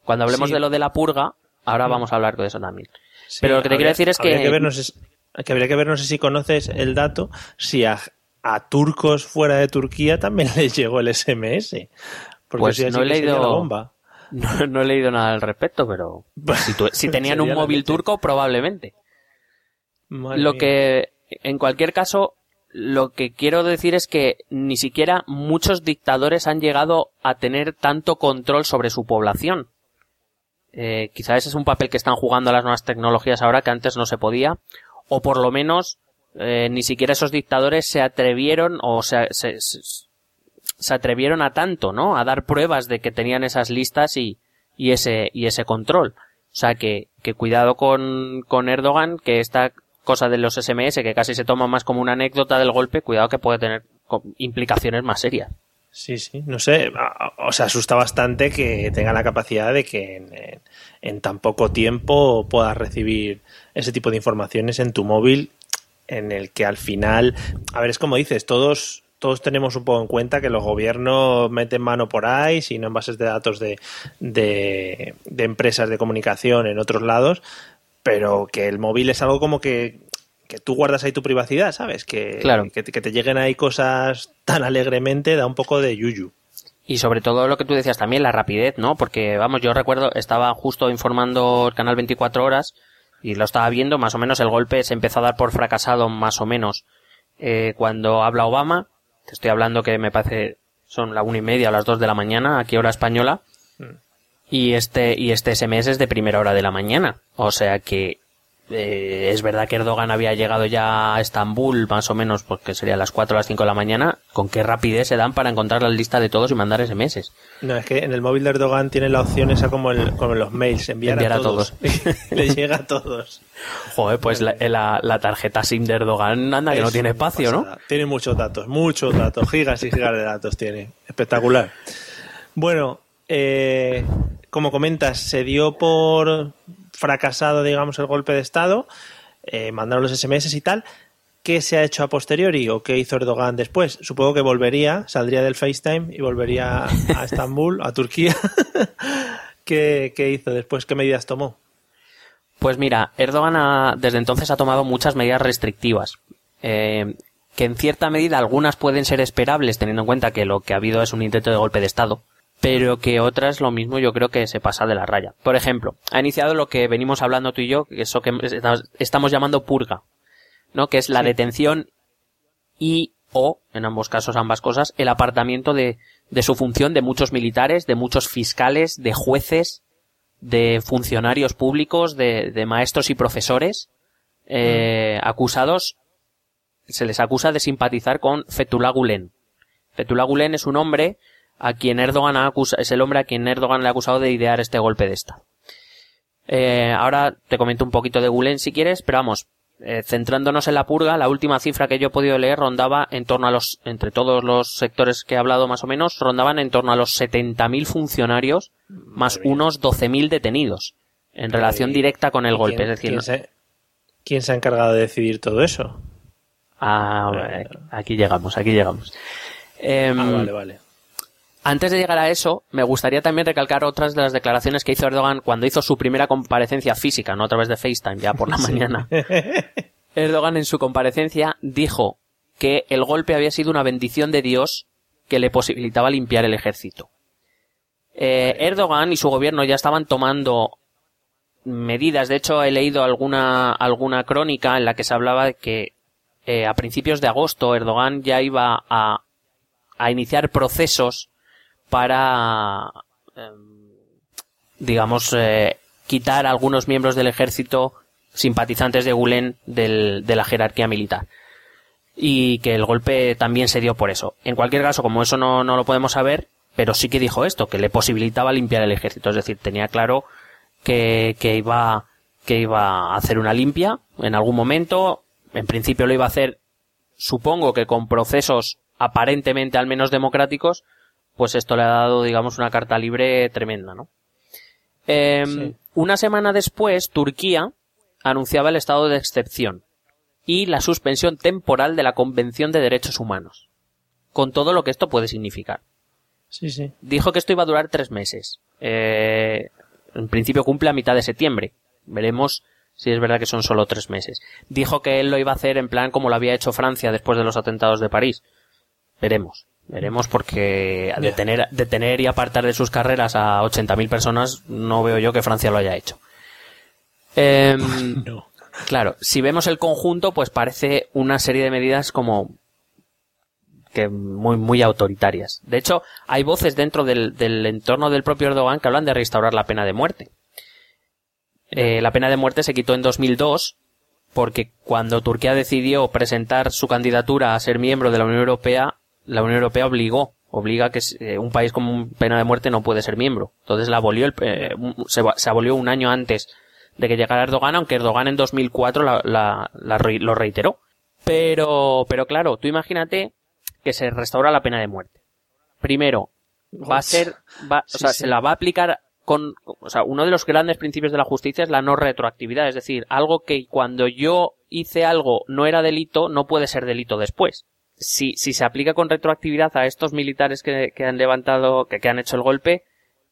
Cuando hablemos Sí. de lo de la purga, ahora vamos a hablar de eso también. Sí, Pero lo que te habría- quiero decir es habría que... que ver, no sé si- que habría que ver, no sé si conoces el dato, si a, a turcos fuera de Turquía también les llegó el S M S. Porque Pues si así no he que sería leído- la bomba. No, no he leído nada al respecto, pero si, tu- si tenían un Sería la móvil leche. turco, probablemente. Madre Lo mía. que, en cualquier caso, lo que quiero decir es que ni siquiera muchos dictadores han llegado a tener tanto control sobre su población. Eh, quizá ese es un papel que están jugando las nuevas tecnologías ahora que antes no se podía, o por lo menos eh, ni siquiera esos dictadores se atrevieron o se, se, se, se atrevieron a tanto, ¿no? A dar pruebas de que tenían esas listas y, y ese y ese control. O sea que, que cuidado con, con Erdogan, que esta cosa de los S M S, que casi se toma más como una anécdota del golpe, cuidado que puede tener co- implicaciones más serias. Sí, sí, no sé, a- a- o sea, asusta bastante que tenga la capacidad de que en, en- en tan poco tiempo puedas recibir ese tipo de informaciones en tu móvil, en el que al final, a ver, es como dices, todos todos tenemos un poco en cuenta que los gobiernos meten mano por ahí, sino en bases de datos de, de, de empresas de comunicación en otros lados, pero que el móvil es algo como que, que tú guardas ahí tu privacidad, ¿sabes? Que, Claro. que, te- que te lleguen ahí cosas tan alegremente da un poco de yuyu. Y sobre todo lo que tú decías también, la rapidez, ¿no? Porque, vamos, yo recuerdo, estaba justo informando el canal veinticuatro horas y lo estaba viendo, más o menos el golpe se empezó a dar por fracasado, más o menos, eh, cuando habla Obama. Te estoy hablando que me parece son la una y media o las dos de la mañana, aquí hora española. Y este, y este S M S es de primera hora de la mañana. O sea que eh, es verdad que Erdogan había llegado ya a Estambul, más o menos, porque sería a las cuatro o las cinco de la mañana. ¿Con qué rapidez se dan para encontrar la lista de todos y mandar S M S? No, es que en el móvil de Erdogan tiene la opción esa como, el, como en los mails, enviar, Enviar a a todos. Le llega a todos. Joder, pues la, la, la tarjeta SIM de Erdogan anda que no Es tiene una espacio, ¿no? pasada. Tiene muchos datos, muchos datos, gigas y gigas de datos tiene. Espectacular. Bueno, eh, como comentas, se dio por fracasado, digamos, el golpe de Estado, eh, mandaron los S M S y tal. ¿Qué se ha hecho a posteriori o qué hizo Erdogan después? Supongo que volvería, saldría del FaceTime y volvería a Estambul, a Turquía. ¿Qué, ¿Qué hizo después? ¿Qué medidas tomó? Pues mira, Erdogan ha- desde entonces ha tomado muchas medidas restrictivas, eh, que en cierta medida algunas pueden ser esperables teniendo en cuenta que lo que ha habido es un intento de golpe de Estado, pero que otras lo mismo yo creo que se pasa de la raya. Por ejemplo, ha iniciado lo que venimos hablando tú y yo, que eso que estamos llamando purga, ¿no? Que es la Sí. detención y o, en ambos casos, ambas cosas, el apartamiento de, de su función de muchos militares, de muchos fiscales, de jueces, de funcionarios públicos, de, de maestros y profesores, eh, acusados, se les acusa de simpatizar con Fethullah Gulen. Fethullah Gulen es un hombre a quien Erdogan ha acusado, es el hombre a quien Erdogan le ha acusado de idear este golpe de Estado. Eh, ahora te comento un poquito de Gulen si quieres, pero vamos, eh, centrándonos en la purga, la última cifra que yo he podido leer rondaba en torno a los, entre todos los sectores que he hablado más o menos, rondaban en torno a los setenta mil funcionarios más unos doce mil detenidos en relación ¿Y- directa con el y golpe. quién- Es decir, ¿quién no- se, quién se ha encargado de decidir todo eso? Ah, aquí llegamos, aquí llegamos. Em, Ah, vale, vale. Antes de llegar a eso, me gustaría también recalcar otras de las declaraciones que hizo Erdogan cuando hizo su primera comparecencia física, no a través de FaceTime, ya por la mañana. Erdogan en su comparecencia dijo que el golpe había sido una bendición de Dios que le posibilitaba limpiar el ejército. Eh, Erdogan y su gobierno ya estaban tomando medidas. De hecho, he leído alguna, alguna crónica en la que se hablaba de que eh, a principios de agosto Erdogan ya iba a, a iniciar procesos para, eh, digamos, eh, quitar a algunos miembros del ejército simpatizantes de Gulen del, de la jerarquía militar. Y que el golpe también se dio por eso. En cualquier caso, como eso no, no lo podemos saber, pero sí que dijo esto, que le posibilitaba limpiar el ejército. Es decir, tenía claro que, que iba, que iba a hacer una limpia en algún momento. En principio lo iba a hacer, supongo que con procesos aparentemente al menos democráticos, pues esto le ha dado, digamos, una carta libre tremenda, ¿no? Eh, Sí. Una semana después, Turquía anunciaba el estado de excepción y la suspensión temporal de la Convención de Derechos Humanos, con todo lo que esto puede significar. Sí, sí. Dijo que esto iba a durar tres meses. Eh, en principio cumple a mitad de septiembre. Veremos si es verdad que son solo tres meses. Dijo que él lo iba a hacer en plan como lo había hecho Francia después de los atentados de París. Veremos. Veremos porque detener, detener y apartar de sus carreras a ochenta mil personas no veo yo que Francia lo haya hecho. Eh, no. Claro, si vemos el conjunto, pues parece una serie de medidas como que muy muy autoritarias. De hecho, hay voces dentro del, del entorno del propio Erdogan que hablan de restaurar la pena de muerte. Eh, la pena de muerte se quitó en dos mil dos porque cuando Turquía decidió presentar su candidatura a ser miembro de la Unión Europea, la Unión Europea obligó, obliga que eh, un país con pena de muerte no puede ser miembro. Entonces la abolió el, eh, se, se abolió un año antes de que llegara Erdogan, aunque Erdogan en dos mil cuatro la, la, la, lo reiteró. Pero, pero claro, tú imagínate que se restaura la pena de muerte. Primero, va a ser, va, sí, o sea, sí. se la va a aplicar con, o sea, uno de los grandes principios de la justicia es la no retroactividad, es decir, algo que cuando yo hice algo no era delito, no puede ser delito después. Si, si se aplica con retroactividad a estos militares que, que han levantado, que, que han hecho el golpe,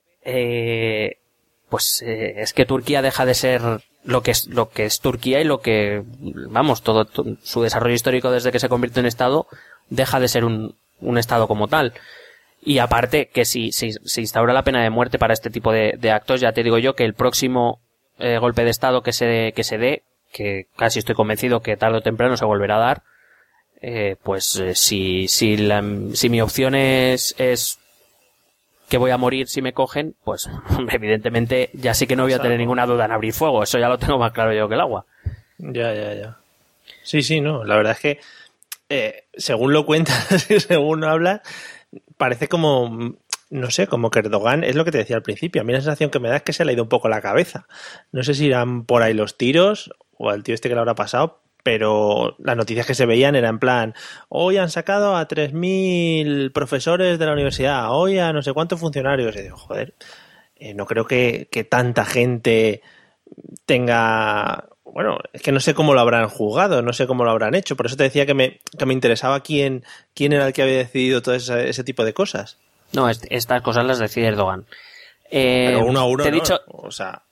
eh, pues eh, es que Turquía deja de ser lo que es lo que es Turquía y lo que, vamos, todo, todo su desarrollo histórico desde que se convierte en Estado deja de ser un, un Estado como tal. Y aparte que si, si se instaura la pena de muerte para este tipo de, de actos, ya te digo yo que el próximo eh, golpe de Estado que se, que se dé, que casi estoy convencido que tarde o temprano se volverá a dar, eh, pues eh, si si, la, si mi opción es, es que voy a morir si me cogen, pues evidentemente ya sí que no voy a tener ninguna duda en abrir fuego. Eso ya lo tengo más claro yo que el agua. Ya, ya, ya. Sí, sí, no. La verdad es que eh, según lo cuentas y según hablas, parece como, no sé, como que Erdogan, es lo que te decía al principio, a mí la sensación que me da es que se le ha ido un poco la cabeza. No sé si irán por ahí los tiros o al tío este que le habrá pasado, pero las noticias que se veían eran en plan, hoy han sacado a tres mil profesores de la universidad, hoy a no sé cuántos funcionarios. Y digo, joder, eh, no creo que, que tanta gente tenga... Bueno, es que no sé cómo lo habrán juzgado, no sé cómo lo habrán hecho. Por eso te decía que me, que me interesaba quién, quién era el que había decidido todo ese, ese tipo de cosas. No, est- estas cosas las decide Erdogan. Eh, Pero uno a uno, te he ¿no? dicho... O sea...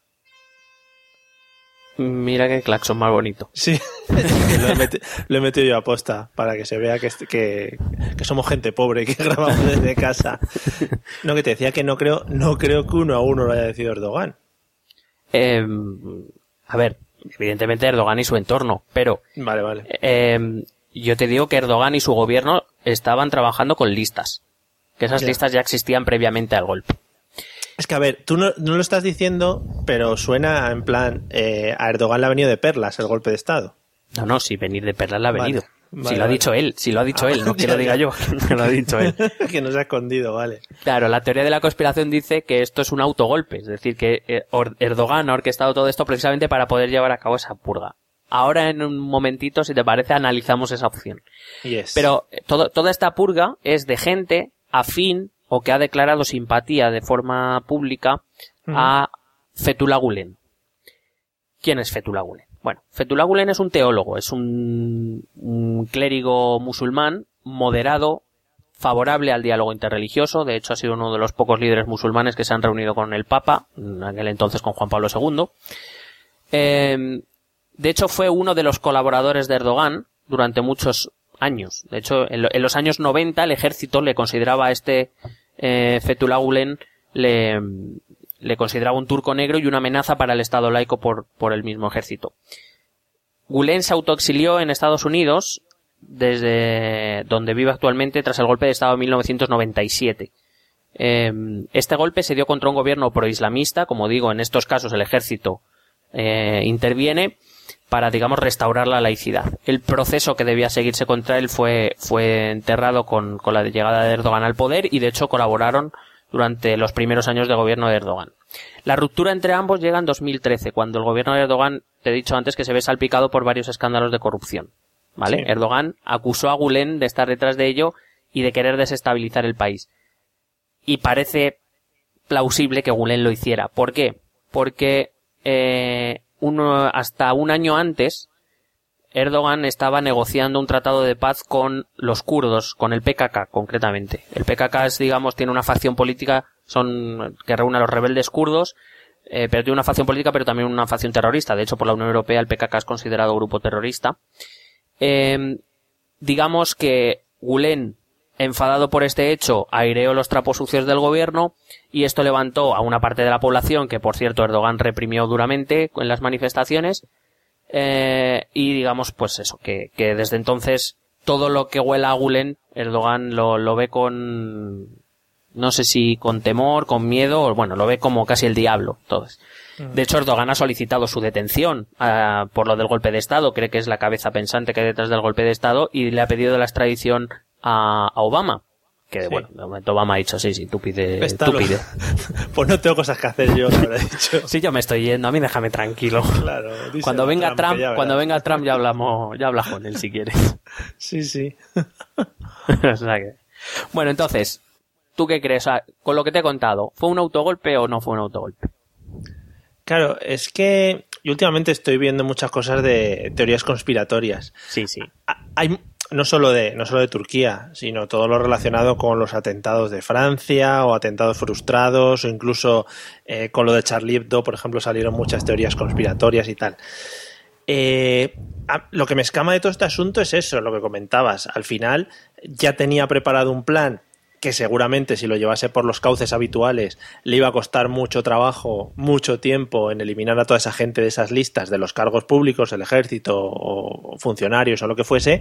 Mira qué claxon más bonito. Sí, lo he, meti- lo he metido yo a posta para que se vea que, que, que somos gente pobre, que grabamos desde casa. No, que te decía que no creo, no creo que uno a uno lo haya decidido Erdogan. Eh, a ver, evidentemente Erdogan y su entorno, pero vale, vale. Eh, yo te digo que Erdogan y su gobierno estaban trabajando con listas, que esas ya. listas ya existían previamente al golpe. Es que a ver, tú no, no lo estás diciendo, pero suena en plan, eh, a Erdogan le ha venido de perlas el golpe de Estado. No, no, si venir de perlas le ha Vale, venido. vale, si lo ha vale. dicho él, si lo ha dicho Ah, él, no ya, que lo diga ya. yo, que lo ha dicho él. Que no se ha escondido, vale. Claro, la teoría de la conspiración dice que esto es un autogolpe, es decir, que eh, Or- Erdogan ha orquestado todo esto precisamente para poder llevar a cabo esa purga. Ahora en un momentito, si te parece, analizamos esa opción. Yes. Pero eh, todo, toda esta purga es de gente afín o que ha declarado simpatía de forma pública uh-huh. a Fethullah Gülen. ¿Quién es Fethullah Gülen? Bueno, Fethullah Gülen es un teólogo, es un, un clérigo musulmán moderado, favorable al diálogo interreligioso. De hecho, ha sido uno de los pocos líderes musulmanes que se han reunido con el Papa, en aquel entonces con Juan Pablo segundo. Eh, de hecho, fue uno de los colaboradores de Erdogan durante muchos años. De hecho, en, lo, en los años noventa el ejército le consideraba a este eh, Fethullah Gülen, le, le consideraba un turco negro y una amenaza para el Estado laico por, por el mismo ejército. Gülen se autoexilió en Estados Unidos, desde donde vive actualmente, tras el golpe de Estado de mil novecientos noventa y siete. Eh, este golpe se dio contra un gobierno proislamista, como digo, en estos casos el ejército eh, interviene para, digamos, restaurar la laicidad. El proceso que debía seguirse contra él fue, fue enterrado con, con la llegada de Erdogan al poder y, de hecho, colaboraron durante los primeros años de gobierno de Erdogan. La ruptura entre ambos llega en dos mil trece, cuando el gobierno de Erdogan, te he dicho antes, que se ve salpicado por varios escándalos de corrupción. ¿Vale? Sí. Erdogan acusó a Gülen de estar detrás de ello y de querer desestabilizar el país. Y parece plausible que Gülen lo hiciera. ¿Por qué? Porque eh, uno, hasta un año antes, Erdogan estaba negociando un tratado de paz con los kurdos, con el P K K concretamente. El P K K es, digamos, tiene una facción política son que reúne a los rebeldes kurdos, eh, pero tiene una facción política, pero también una facción terrorista. De hecho, por la Unión Europea el P K K es considerado grupo terrorista. Eh, digamos que Gülen, enfadado por este hecho, aireó los trapos sucios del gobierno y esto levantó a una parte de la población que, por cierto, Erdogan reprimió duramente en las manifestaciones. Eh, y digamos, pues eso, que, que desde entonces todo lo que huela a Gülen, Erdogan lo, lo ve con, no sé si con temor, con miedo, o bueno, lo ve como casi el diablo, todos. De hecho, Erdogan ha solicitado su detención uh, por lo del golpe de Estado, cree que es la cabeza pensante que hay detrás del golpe de Estado, y le ha pedido la extradición a, a Obama. Que, sí. Bueno, de momento Obama ha dicho, sí, sí, tú pide, tú pide. Pues no tengo cosas que hacer yo, le habrá dicho. Sí, yo me estoy yendo, a mí déjame tranquilo. Claro. Cuando venga Trump, Trump cuando venga Trump ya hablamos, ya hablas con él si quieres. Sí, sí. O sea que... Bueno, entonces, ¿tú qué crees? O sea, con lo que te he contado, ¿fue un autogolpe o no fue un autogolpe? Claro, es que yo últimamente estoy viendo muchas cosas de teorías conspiratorias. Sí, sí. Hay... No solo de no solo de Turquía, sino todo lo relacionado con los atentados de Francia o atentados frustrados o incluso eh, con lo de Charlie Hebdo, por ejemplo, salieron muchas teorías conspiratorias y tal. Eh, lo que me escama de todo este asunto es eso, lo que comentabas. Al final ya tenía preparado un plan que seguramente si lo llevase por los cauces habituales le iba a costar mucho trabajo, mucho tiempo en eliminar a toda esa gente de esas listas de los cargos públicos, el ejército o funcionarios o lo que fuese.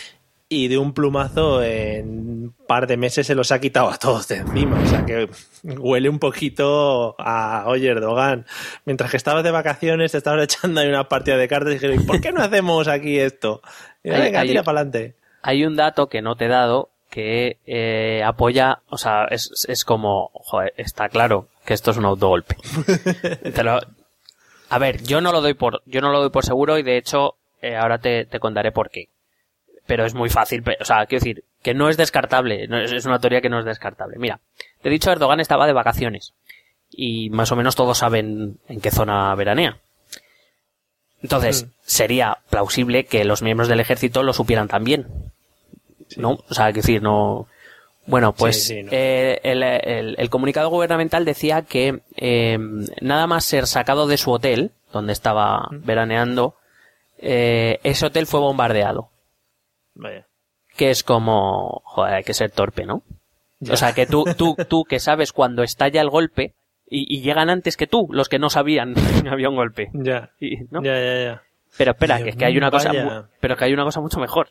Y de un plumazo en un par de meses se los ha quitado a todos de encima. O sea que huele un poquito a, oye, Erdogan, mientras que estabas de vacaciones te estabas echando ahí una partida de cartas y dijeron, ¿por qué no hacemos aquí esto? Y hay, venga, hay, tira para adelante. Hay un dato que no te he dado que eh, apoya, o sea, es, es como, joder, está claro que esto es un autogolpe. Te lo, a ver, yo no lo doy por, yo no lo doy por seguro y de hecho eh, ahora te, te contaré por qué. Pero es muy fácil, o sea, quiero decir, que no es descartable, no es, es una teoría que no es descartable. Mira, te he dicho, Erdogan estaba de vacaciones y más o menos todos saben en qué zona veranea. Entonces, mm. sería plausible que los miembros del ejército lo supieran también. Sí. ¿No? O sea, quiero decir, no... Bueno, pues sí, sí, no. eh, el, el, el comunicado gubernamental decía que eh, nada más ser sacado de su hotel, donde estaba mm. veraneando, eh, ese hotel fue bombardeado. Vaya. Que es como, joder, hay que ser torpe, ¿no? Ya. O sea, que tú, tú, tú que sabes cuando estalla el golpe y, y llegan antes que tú, los que no sabían que había un golpe. Ya. Y, ¿no? Ya, ya, ya. Pero espera, Dios, que es que hay una vaya. cosa, pero que hay una cosa mucho mejor.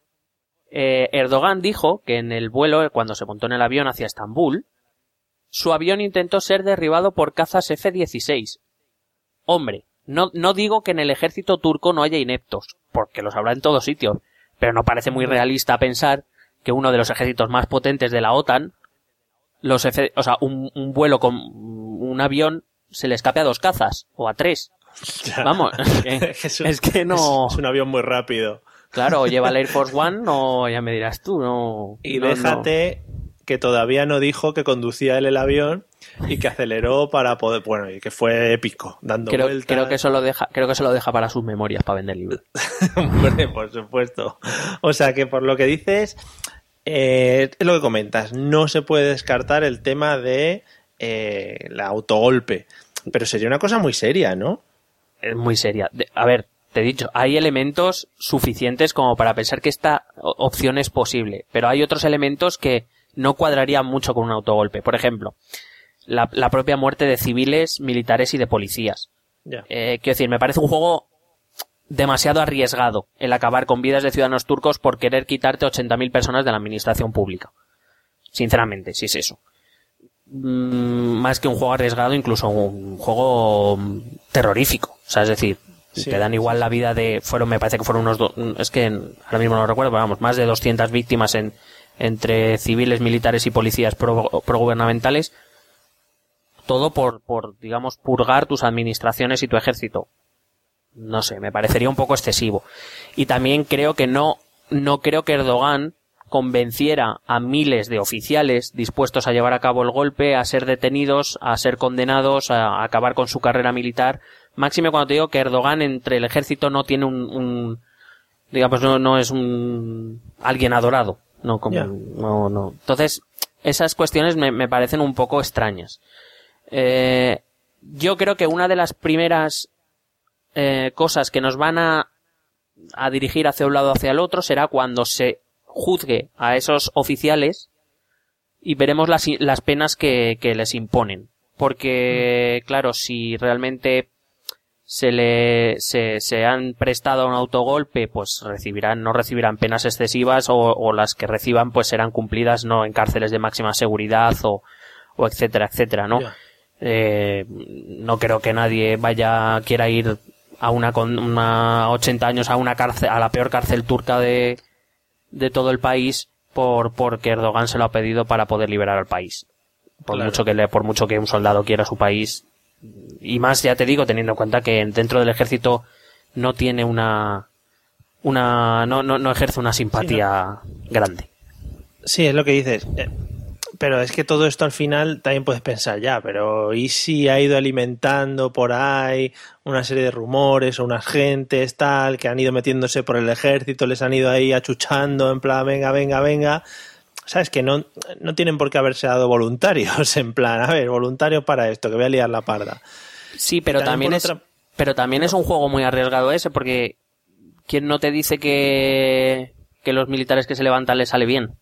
Eh, Erdogan dijo que en el vuelo, cuando se montó en el avión hacia Estambul, su avión intentó ser derribado por cazas F dieciséis. Hombre, no, no digo que en el ejército turco no haya ineptos, porque los habrá en todos sitios. Pero no parece muy realista pensar que uno de los ejércitos más potentes de la OTAN, los F, o sea, un, un vuelo con un avión se le escape a dos cazas o a tres. Ya. Vamos, es que, es, un, es que no. Es un avión muy rápido. Claro, o lleva el Air Force One o ya me dirás tú, no. Y no, déjate no. que todavía no dijo que conducía él el avión y que aceleró para poder, bueno, y que fue épico, dando creo, vueltas. Creo que eso lo deja, creo que eso lo deja para sus memorias, para vender libros. Hombre, por supuesto. O sea que por lo que dices, eh, es lo que comentas, no se puede descartar el tema de eh, la autogolpe, pero sería una cosa muy seria, ¿no? Es muy seria. De, a ver, te he dicho, hay elementos suficientes como para pensar que esta opción es posible, pero hay otros elementos que no cuadrarían mucho con un autogolpe. Por ejemplo, La, la propia muerte de civiles, militares y de policías. Yeah. Eh, quiero decir, me parece un juego demasiado arriesgado el acabar con vidas de ciudadanos turcos por querer quitarte ochenta mil personas de la administración pública. Sinceramente, si es eso. Mm, más que un juego arriesgado, incluso un juego terrorífico. O sea, es decir, sí, te dan igual sí. la vida de... fueron, me parece que fueron unos... Do, es que ahora mismo no recuerdo, pero vamos, más de doscientas víctimas en entre civiles, militares y policías pro, progubernamentales. Todo por, por, digamos, purgar tus administraciones y tu ejército. No sé, me parecería un poco excesivo. Y también creo que no, no creo que Erdogan convenciera a miles de oficiales dispuestos a llevar a cabo el golpe, a ser detenidos, a ser condenados, a, a acabar con su carrera militar. Máxime cuando te digo que Erdogan entre el ejército no tiene un, un digamos, no, no es un, alguien adorado. No, como, yeah. no, no. Entonces, esas cuestiones me, me parecen un poco extrañas. Eh, yo creo que una de las primeras eh, cosas que nos van a, a dirigir hacia un lado o hacia el otro será cuando se juzgue a esos oficiales y veremos las, las penas que, que les imponen. Porque, claro, si realmente se le se, se han prestado a un autogolpe, pues recibirán no recibirán penas excesivas, o, o las que reciban pues serán cumplidas no en cárceles de máxima seguridad o, o etcétera, etcétera, ¿no? Yeah. Eh, no creo que nadie vaya quiera ir a una con una ochenta años a una cárcel, a la peor cárcel turca de de todo el país por porque Erdogan se lo ha pedido para poder liberar al país. Por claro. mucho que le, por mucho que un soldado quiera su país, y más, ya te digo, teniendo en cuenta que dentro del ejército no tiene una una no no, no ejerce una simpatía sí, no. grande. Sí, es lo que dices. Eh, pero es que todo esto al final también puedes pensar ya, pero ¿y si ha ido alimentando por ahí una serie de rumores o unas gentes tal que han ido metiéndose por el ejército, les han ido ahí achuchando en plan venga, venga, venga? ¿Sabes? Que no, no tienen por qué haberse dado voluntarios, en plan, a ver, voluntarios para esto, que voy a liar la parda. Sí, pero también, también es otra... pero también es un juego muy arriesgado ese, porque ¿quién no te dice que, que los militares que se levantan les sale bien?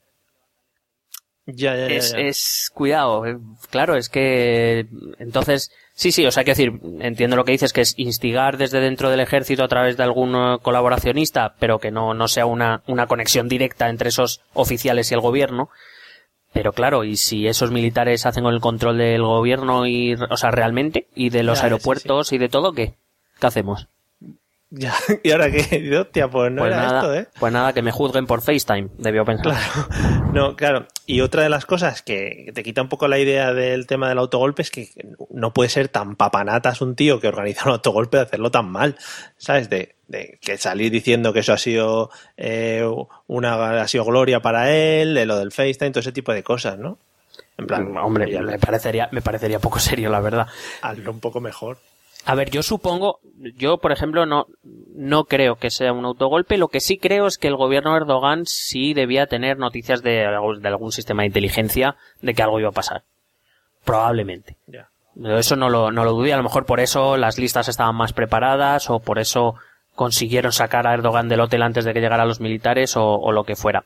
Ya, ya, ya, es, ya. es cuidado, claro, es que entonces sí, sí, o sea, quiero decir, entiendo lo que dices, que es instigar desde dentro del ejército a través de algún colaboracionista, pero que no no sea una una conexión directa entre esos oficiales y el gobierno. Pero claro, y si esos militares hacen con el control del gobierno y, o sea, realmente, y de los ya, aeropuertos sí, sí. y de todo, ¿qué? ¿Qué hacemos? Ya, ¿y ahora qué? Hostia, pues no pues era nada, esto, ¿eh? Pues nada, que me juzguen por FaceTime, debió pensar. Claro, no, claro. Y otra de las cosas que te quita un poco la idea del tema del autogolpe es que no puede ser tan papanatas un tío que organiza un autogolpe de hacerlo tan mal, ¿sabes? De, de que salir diciendo que eso ha sido eh, una ha sido gloria para él, de lo del FaceTime, todo ese tipo de cosas, ¿no? En plan, hombre, ya me parecería, me parecería poco serio, la verdad. Hazlo un poco mejor. A ver, yo supongo, yo por ejemplo no no creo que sea un autogolpe. Lo que sí creo es que el gobierno de Erdogan sí debía tener noticias de, de algún sistema de inteligencia de que algo iba a pasar. Probablemente. Yeah. Eso no lo, no lo dudé. A lo mejor por eso las listas estaban más preparadas, o por eso consiguieron sacar a Erdogan del hotel antes de que llegaran los militares, o, o lo que fuera.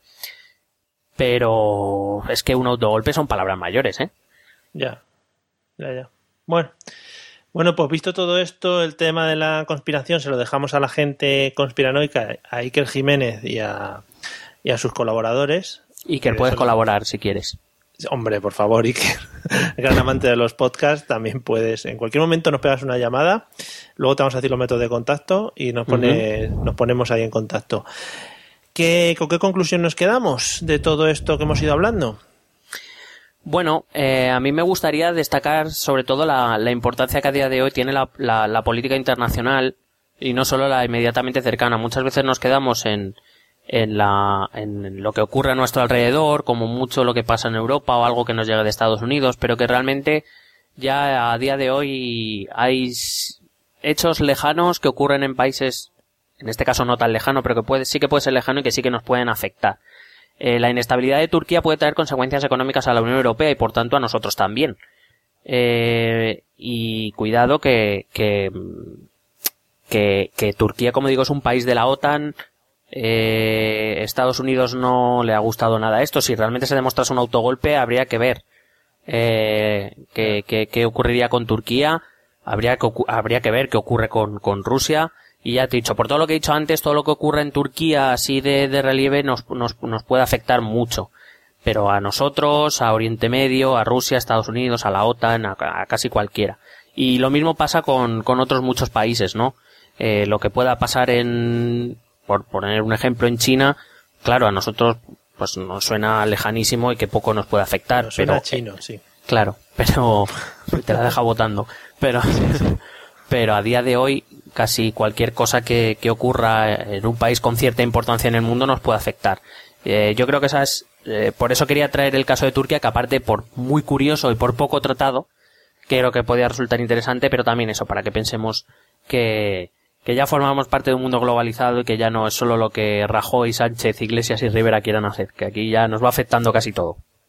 Pero es que un autogolpe son palabras mayores, ¿eh? Ya, ya, ya. Bueno. Bueno, pues visto todo esto, el tema de la conspiración se lo dejamos a la gente conspiranoica, a Iker Jiménez y a, y a sus colaboradores. Iker, puedes solo... colaborar si quieres. Hombre, por favor, Iker, gran amante de los podcasts, también puedes. En cualquier momento nos pegas una llamada, luego te vamos a decir los métodos de contacto y nos, pone, uh-huh. nos ponemos ahí en contacto. ¿Qué, ¿Con qué conclusión nos quedamos de todo esto que hemos ido hablando? Bueno, eh, a mí me gustaría destacar sobre todo la, la importancia que a día de hoy tiene la, la, la política internacional, y no solo la inmediatamente cercana. Muchas veces nos quedamos en, en, la, en lo que ocurre a nuestro alrededor, como mucho lo que pasa en Europa o algo que nos llega de Estados Unidos, pero que realmente ya a día de hoy hay hechos lejanos que ocurren en países, en este caso no tan lejano, pero que puede, sí que puede ser lejano y que sí que nos pueden afectar. Eh, la inestabilidad de Turquía puede traer consecuencias económicas a la Unión Europea y por tanto a nosotros también. Eh, y cuidado que, que, que, que Turquía, como digo, es un país de la OTAN. Eh, Estados Unidos no le ha gustado nada esto. Si realmente se demostrase un autogolpe, habría que ver eh, qué, qué, qué ocurriría con Turquía. Habría que, habría que ver qué ocurre con, con Rusia. Y ya te he dicho, por todo lo que he dicho antes, todo lo que ocurre en Turquía así de, de relieve nos, nos, nos puede afectar mucho. Pero a nosotros, a Oriente Medio, a Rusia, a Estados Unidos, a la OTAN, a, a casi cualquiera. Y lo mismo pasa con, con otros muchos países, ¿no? Eh, lo que pueda pasar en, por poner un ejemplo, en China, claro, a nosotros pues nos suena lejanísimo y que poco nos puede afectar. Nos suena pero, chino, sí. Claro, pero te la deja votando. Pero, pero a día de hoy, casi cualquier cosa que, que ocurra en un país con cierta importancia en el mundo nos puede afectar. Eh, yo creo que esa es, eh, por eso quería traer el caso de Turquía, que aparte por muy curioso y por poco tratado, creo que podía resultar interesante, pero también eso, para que pensemos que, que ya formamos parte de un mundo globalizado y que ya no es solo lo que Rajoy, Sánchez, Iglesias y Rivera quieran hacer, que aquí ya nos va afectando casi todo.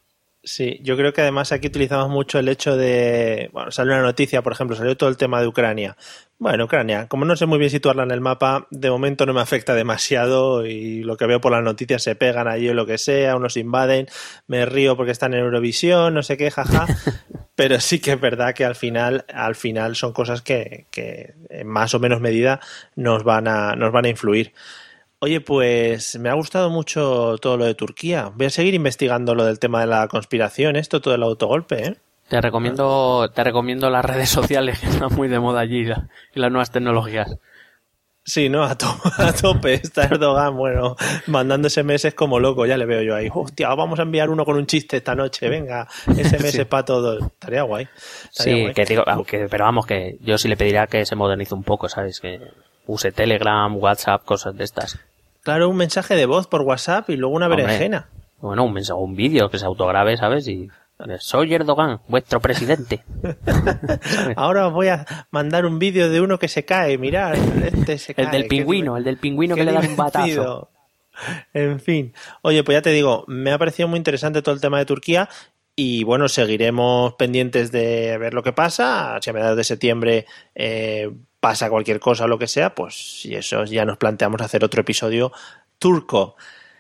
Sí, yo creo que además aquí utilizamos mucho el hecho de, bueno, salió una noticia, por ejemplo, salió todo el tema de Ucrania. Bueno, Ucrania, como no sé muy bien situarla en el mapa, de momento no me afecta demasiado y lo que veo por las noticias se pegan allí o lo que sea, unos invaden, me río porque están en Eurovisión, no sé qué, jaja, pero sí que es verdad que al final, al final son cosas que, que en más o menos medida nos van a, nos van a influir. Oye, pues me ha gustado mucho todo lo de Turquía. Voy a seguir investigando lo del tema de la conspiración, esto, todo el autogolpe, ¿eh? Te recomiendo, te recomiendo las redes sociales, que están muy de moda allí, la, y las nuevas tecnologías. Sí, ¿no? A, to a tope está Erdogan, bueno, mandando ese eme ese como loco, ya le veo yo ahí. Hostia, vamos a enviar uno con un chiste esta noche, venga, ese eme ese sí. Para todos. Estaría guay. Estaría sí, guay. Que digo, aunque, pero vamos, que yo sí le pediría que se modernice un poco, ¿sabes? Que use Telegram, WhatsApp, cosas de estas. Claro, un mensaje de voz por WhatsApp y luego una Hombre, berenjena. Bueno, un mensaje, un vídeo que se autograbe, ¿sabes? Y soy Erdogan, vuestro presidente. Ahora os voy a mandar un vídeo de uno que se cae, mirad, este se cae. El del pingüino, el del pingüino que le da un batazo. En fin. Oye, pues ya te digo, me ha parecido muy interesante todo el tema de Turquía. Y bueno, seguiremos pendientes de ver lo que pasa. Si a mediados de septiembre eh, pasa cualquier cosa o lo que sea, pues si eso ya nos planteamos hacer otro episodio turco.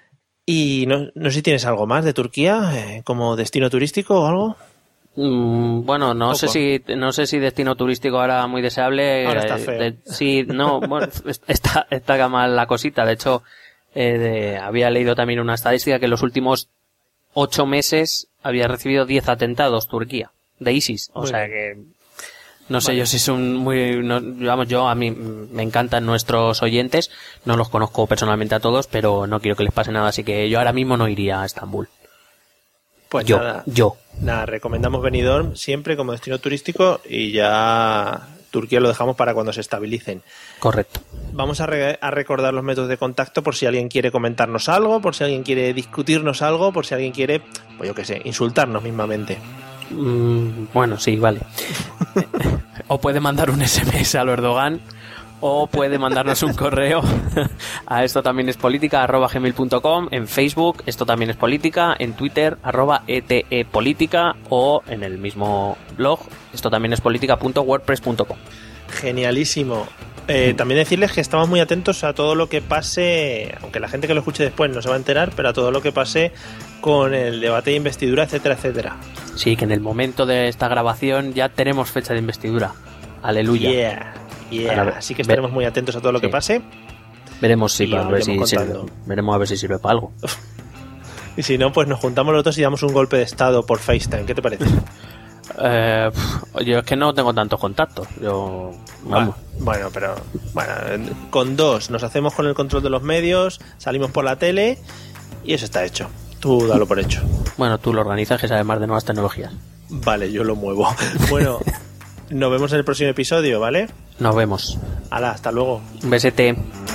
Y no, no sé si tienes algo más de Turquía, eh, como destino turístico o algo. Mm, bueno, no sé si no sé si destino turístico ahora muy deseable. Ahora está feo. Eh, de, sí, no, bueno, está, está mal la cosita. De hecho, eh, de, había leído también una estadística que en los últimos ocho meses había recibido diez atentados Turquía de ISIS, o muy sea bien. Que no sé vale. Yo si son muy no, vamos yo a mí me encantan nuestros oyentes, no los conozco personalmente a todos, pero no quiero que les pase nada, así que yo ahora mismo no iría a Estambul. Pues yo, nada, yo. Nada, recomendamos Benidorm siempre como destino turístico y ya Turquía lo dejamos para cuando se estabilicen. Correcto. Vamos a, re a recordar los métodos de contacto por si alguien quiere comentarnos algo, por si alguien quiere discutirnos algo, por si alguien quiere, pues yo qué sé, insultarnos mismamente. Mm, bueno, sí, vale. O puede mandar un ese eme ese a lo Erdogan, o puede mandarnos un correo a esto también es política arroba gmail punto com, en Facebook esto también es política, en Twitter arroba etepolítica o en el mismo blog esto también es política punto wordpress punto com. Genialísimo. Eh, también decirles que estamos muy atentos a todo lo que pase, aunque la gente que lo escuche después no se va a enterar, pero a todo lo que pase con el debate de investidura, etcétera, etcétera. Sí, que en el momento de esta grabación ya tenemos fecha de investidura. Aleluya. Yeah, yeah. Así que estaremos muy atentos a todo lo sí. que pase. Veremos si para ver si sirve, veremos a ver si sirve para algo. Y si no, pues nos juntamos los dos y damos un golpe de estado por FaceTime. ¿Qué te parece? Eh, yo es que no tengo tantos contactos. Yo vamos. Bueno, pero bueno, con dos nos hacemos con el control de los medios, salimos por la tele y eso está hecho. Tú dalo por hecho. Bueno, tú lo organizas, que sabes más de nuevas tecnologías. Vale, yo lo muevo. Bueno, nos vemos en el próximo episodio, ¿vale? Nos vemos. Hala, hasta luego. Un besete.